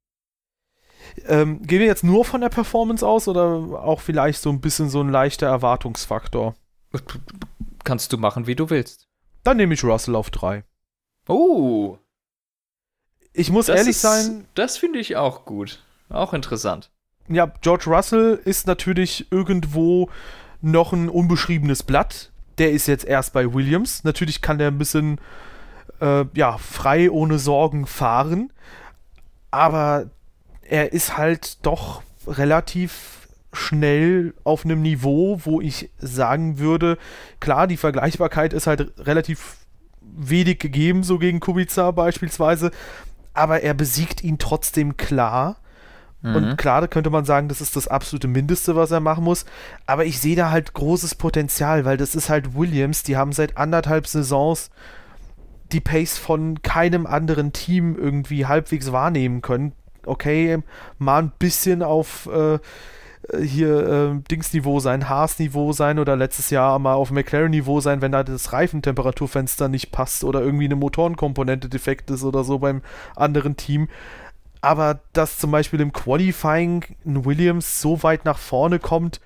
ähm, gehen wir jetzt nur von der Performance aus oder auch vielleicht so ein bisschen so ein leichter Erwartungsfaktor? Kannst du machen, wie du willst. Dann nehme ich Russell auf drei. Oh, Ich muss das ehrlich ist, sein, das finde ich auch gut. Auch interessant. ja, George Russell ist natürlich irgendwo noch ein unbeschriebenes Blatt. Der ist jetzt erst bei Williams. Natürlich kann der ein bisschen äh, ja, frei ohne Sorgen fahren. Aber er ist halt doch relativ schnell auf einem Niveau, wo ich sagen würde, klar, die Vergleichbarkeit ist halt relativ wenig gegeben, so gegen Kubica beispielsweise, aber er besiegt ihn trotzdem klar. Und klar, da könnte man sagen, das ist das absolute Mindeste, was er machen muss. Aber ich sehe da halt großes Potenzial, weil das ist halt Williams. Die haben seit anderthalb Saisons die Pace von keinem anderen Team irgendwie halbwegs wahrnehmen können. Okay, mal ein bisschen auf äh, äh, hier äh, Dings-Niveau sein, Haas-Niveau sein oder letztes Jahr mal auf McLaren-Niveau sein, wenn da das Reifentemperaturfenster nicht passt oder irgendwie eine Motorenkomponente defekt ist oder so beim anderen Team. Aber dass zum Beispiel im Qualifying ein Williams so weit nach vorne kommt,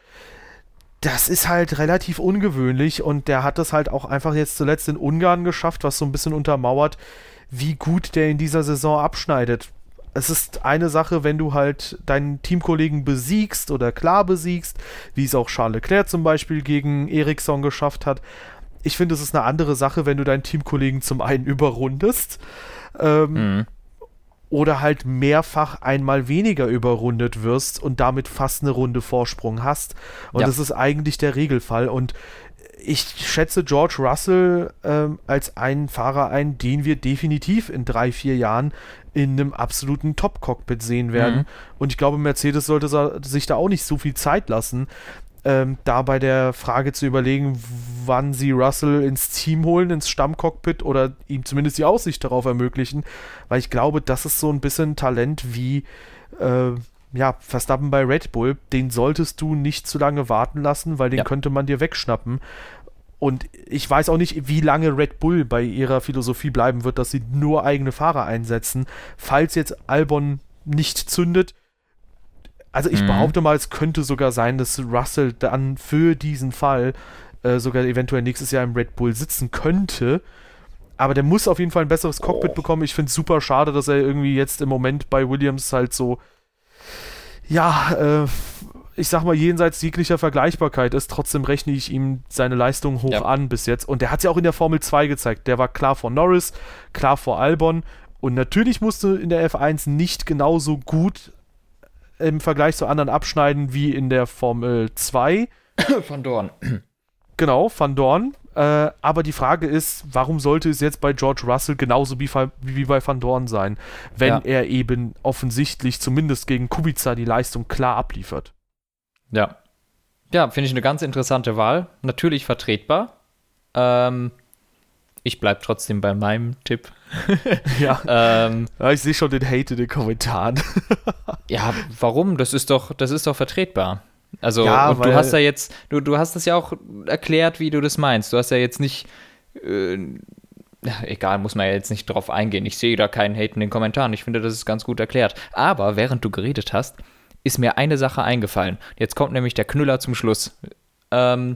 das ist halt relativ ungewöhnlich und der hat das halt auch einfach jetzt zuletzt in Ungarn geschafft, was so ein bisschen untermauert, wie gut der in dieser Saison abschneidet. Es ist eine Sache, wenn du halt deinen Teamkollegen besiegst oder klar besiegst, wie es auch Charles Leclerc zum Beispiel gegen Ericsson geschafft hat. Ich finde, es ist eine andere Sache, wenn du deinen Teamkollegen zum einen überrundest, ähm, mhm. oder halt mehrfach einmal weniger überrundet wirst und damit fast eine Runde Vorsprung hast. Und ja. das ist eigentlich der Regelfall. Und ich schätze George Russell ähm, als einen Fahrer ein, den wir definitiv in drei, vier Jahren in einem absoluten Top-Cockpit sehen werden. Mhm. Und ich glaube, Mercedes sollte sich da auch nicht so viel Zeit lassen, ähm, da bei der Frage zu überlegen, wann sie Russell ins Team holen, ins Stammcockpit oder ihm zumindest die Aussicht darauf ermöglichen, weil ich glaube, das ist so ein bisschen Talent wie äh, ja, Verstappen bei Red Bull, den solltest du nicht zu lange warten lassen, weil den ja. könnte man dir wegschnappen. Und ich weiß auch nicht, wie lange Red Bull bei ihrer Philosophie bleiben wird, dass sie nur eigene Fahrer einsetzen, falls jetzt Albon nicht zündet. Also ich mhm. behaupte mal, es könnte sogar sein, dass Russell dann für diesen Fall äh, sogar eventuell nächstes Jahr im Red Bull sitzen könnte. Aber der muss auf jeden Fall ein besseres Cockpit oh. bekommen. Ich finde es super schade, dass er irgendwie jetzt im Moment bei Williams halt so, ja, äh, ich sag mal, jenseits jeglicher Vergleichbarkeit ist. Trotzdem rechne ich ihm seine Leistung hoch ja. an bis jetzt. Und der hat es ja auch in der Formel zwei gezeigt. Der war klar vor Norris, klar vor Albon. Und natürlich musste in der F eins nicht genauso gut im Vergleich zu anderen abschneiden wie in der Formel zwei. Van Dorn. Genau, Van Dorn. Äh, aber die Frage ist, warum sollte es jetzt bei George Russell genauso wie, wie bei Van Dorn sein, wenn ja. er eben offensichtlich zumindest gegen Kubica die Leistung klar abliefert? Ja. Ja, finde ich eine ganz interessante Wahl. Natürlich vertretbar. Ähm, ich bleibe trotzdem bei meinem Tipp. ja. ähm, ja. Ich sehe schon den Hate in den Kommentaren. ja, warum? Das ist doch, das ist doch vertretbar. Also, ja, und du hast ja jetzt, du, du hast das ja auch erklärt, wie du das meinst. Du hast ja jetzt nicht, äh, egal, muss man ja jetzt nicht drauf eingehen. Ich sehe da keinen Hate in den Kommentaren. Ich finde, das ist ganz gut erklärt. Aber während du geredet hast, ist mir eine Sache eingefallen. Jetzt kommt nämlich der Knüller zum Schluss. Ähm,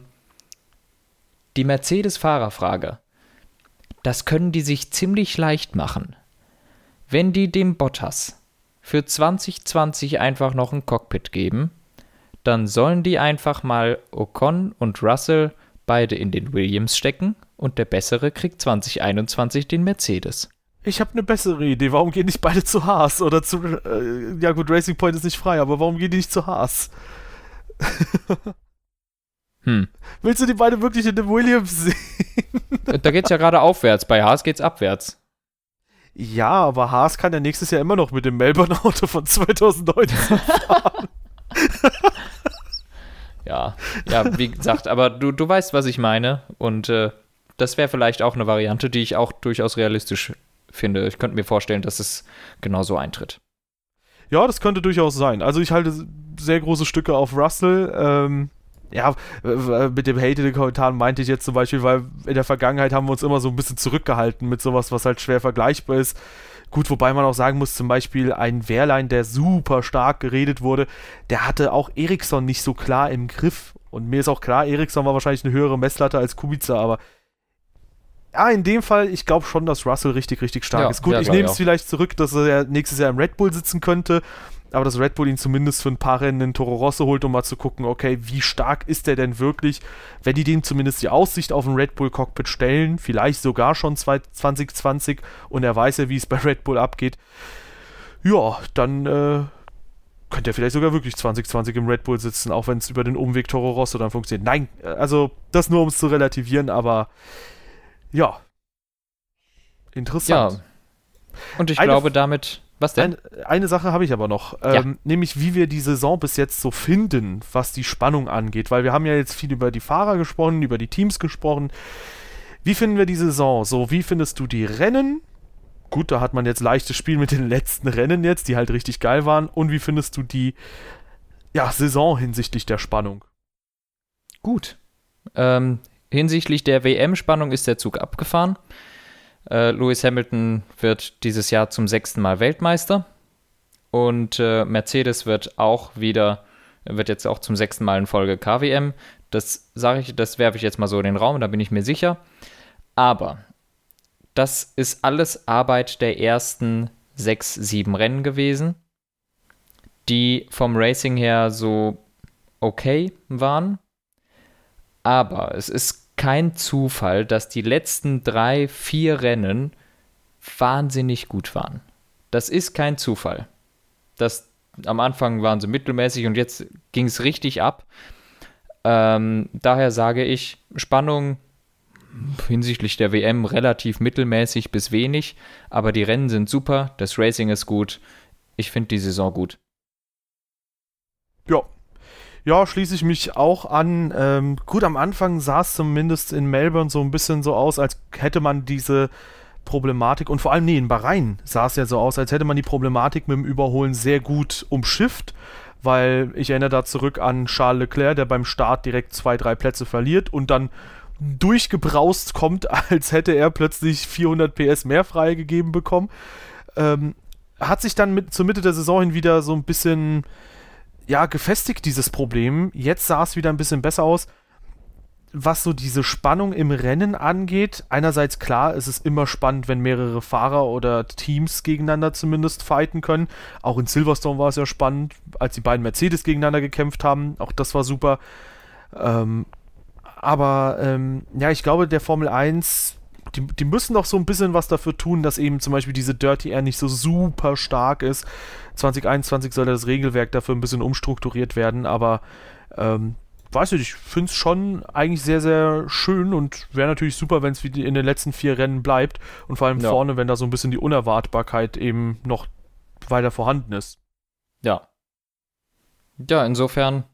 die Mercedes-Fahrerfrage. Das können die sich ziemlich leicht machen. Wenn die dem Bottas für zwanzig zwanzig einfach noch ein Cockpit geben, dann sollen die einfach mal Ocon und Russell beide in den Williams stecken und der Bessere kriegt zwanzig einundzwanzig den Mercedes. Ich habe eine bessere Idee. Warum gehen nicht beide zu Haas? Oder zu, äh, ja gut, Racing Point ist nicht frei, aber warum gehen die nicht zu Haas? hm. Willst du die beide wirklich in dem Williams sehen? Da geht's ja gerade aufwärts, bei Haas geht's abwärts. Ja, aber Haas kann ja nächstes Jahr immer noch mit dem Melbourne-Auto von zweitausendneunzehn fahren. ja, ja, wie gesagt, aber du, du weißt, was ich meine. Und äh, das wäre vielleicht auch eine Variante, die ich auch durchaus realistisch finde. Ich könnte mir vorstellen, dass es genauso eintritt. Ja, das könnte durchaus sein. Also ich halte sehr große Stücke auf Russell. Ähm, ja, mit dem Hate in den Kommentaren meinte ich jetzt zum Beispiel, weil in der Vergangenheit haben wir uns immer so ein bisschen zurückgehalten mit sowas, was halt schwer vergleichbar ist. Gut, wobei man auch sagen muss, zum Beispiel ein Wehrlein, der super stark geredet wurde, der hatte auch Ericsson nicht so klar im Griff. Und mir ist auch klar, Ericsson war wahrscheinlich eine höhere Messlatte als Kubica, aber ja, in dem Fall, ich glaube schon, dass Russell richtig, richtig stark ja, ist. Gut, ja, ich nehme es vielleicht zurück, dass er nächstes Jahr im Red Bull sitzen könnte, aber dass Red Bull ihn zumindest für ein paar Rennen in Toro Rosso holt, um mal zu gucken, okay, wie stark ist der denn wirklich? Wenn die dem zumindest die Aussicht auf ein Red Bull Cockpit stellen, vielleicht sogar schon zwanzig zwanzig und er weiß ja, wie es bei Red Bull abgeht, ja, dann äh, könnte er vielleicht sogar wirklich zwanzig zwanzig im Red Bull sitzen, auch wenn es über den Umweg Toro Rosso dann funktioniert. Nein, also das nur, um es zu relativieren, aber ja, interessant. Ja, und ich eine, glaube damit, was denn? Eine, eine Sache habe ich aber noch, ähm, ja. nämlich wie wir die Saison bis jetzt so finden, was die Spannung angeht, weil wir haben ja jetzt viel über die Fahrer gesprochen, über die Teams gesprochen. Wie finden wir die Saison? So, wie findest du die Rennen? Gut, da hat man jetzt leichtes Spiel mit den letzten Rennen jetzt, die halt richtig geil waren. Und wie findest du die ja, Saison hinsichtlich der Spannung. Gut. Ähm, hinsichtlich der W M-Spannung ist der Zug abgefahren. Äh, Lewis Hamilton wird dieses Jahr zum sechsten Mal Weltmeister. Und äh, Mercedes wird auch wieder, wird jetzt auch zum sechsten Mal in Folge K W M. Das sage ich, das werfe ich jetzt mal so in den Raum, da bin ich mir sicher. Aber das ist alles Arbeit der ersten sechs, sieben Rennen gewesen, die vom Racing her so okay waren. Aber es ist kein Zufall, dass die letzten drei, vier Rennen wahnsinnig gut waren. Das ist kein Zufall. Das, am Anfang waren sie mittelmäßig und jetzt ging es richtig ab. Ähm, daher sage ich, Spannung hinsichtlich der W M relativ mittelmäßig bis wenig, aber die Rennen sind super, das Racing ist gut. Ich finde die Saison gut. Ja. Ja, schließe ich mich auch an. Ähm, gut, am Anfang sah es zumindest in Melbourne so ein bisschen so aus, als hätte man diese Problematik, und vor allem, nee, in Bahrain sah es ja so aus, als hätte man die Problematik mit dem Überholen sehr gut umschifft, weil ich erinnere da zurück an Charles Leclerc, der beim Start direkt zwei, drei Plätze verliert und dann durchgebraust kommt, als hätte er plötzlich vierhundert P S mehr freigegeben bekommen. Ähm, hat sich dann mit, zur Mitte der Saison hin wieder so ein bisschen ja, gefestigt, dieses Problem. Jetzt sah es wieder ein bisschen besser aus. Was so diese Spannung im Rennen angeht, einerseits klar, es ist immer spannend, wenn mehrere Fahrer oder Teams gegeneinander zumindest fighten können. Auch in Silverstone war es ja spannend, als die beiden Mercedes gegeneinander gekämpft haben. Auch das war super. Ähm, aber ähm, ja, ich glaube, der Formel eins, die, die müssen noch so ein bisschen was dafür tun, dass eben zum Beispiel diese Dirty Air nicht so super stark ist. zwanzig einundzwanzig soll das Regelwerk dafür ein bisschen umstrukturiert werden, aber ähm, weiß nicht, ich finde es schon eigentlich sehr, sehr schön und wäre natürlich super, wenn es wie in den letzten vier Rennen bleibt und vor allem ja. vorne, wenn da so ein bisschen die Unerwartbarkeit eben noch weiter vorhanden ist. Ja. Ja, insofern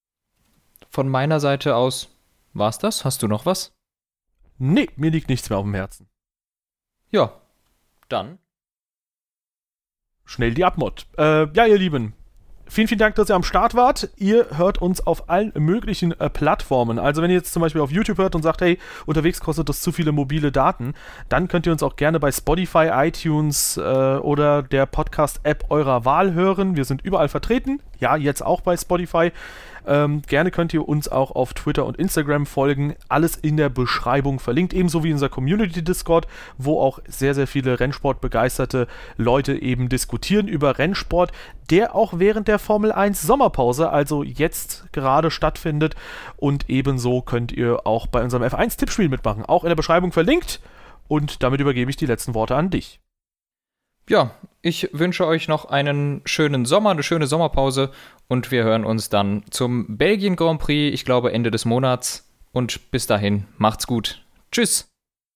von meiner Seite aus war's das. Hast du noch was? Nee, mir liegt nichts mehr auf dem Herzen. Ja, dann schnell die Abmod. Äh, ja, ihr Lieben, vielen, vielen Dank, dass ihr am Start wart. Ihr hört uns auf allen möglichen äh, Plattformen. Also wenn ihr jetzt zum Beispiel auf YouTube hört und sagt, hey, unterwegs kostet das zu viele mobile Daten, dann könnt ihr uns auch gerne bei Spotify, iTunes äh, oder der Podcast-App eurer Wahl hören. Wir sind überall vertreten. Ja, jetzt auch bei Spotify. Ähm, gerne könnt ihr uns auch auf Twitter und Instagram folgen. Alles in der Beschreibung verlinkt. Ebenso wie unser Community-Discord, wo auch sehr, sehr viele Rennsportbegeisterte Leute eben diskutieren über Rennsport, der auch während der Formel eins Sommerpause, also jetzt gerade stattfindet. Und ebenso könnt ihr auch bei unserem F eins Tippspiel mitmachen. Auch in der Beschreibung verlinkt. Und damit übergebe ich die letzten Worte an dich. Ja, ich wünsche euch noch einen schönen Sommer, eine schöne Sommerpause und wir hören uns dann zum Belgien Grand Prix, ich glaube Ende des Monats. Und bis dahin, macht's gut. Tschüss.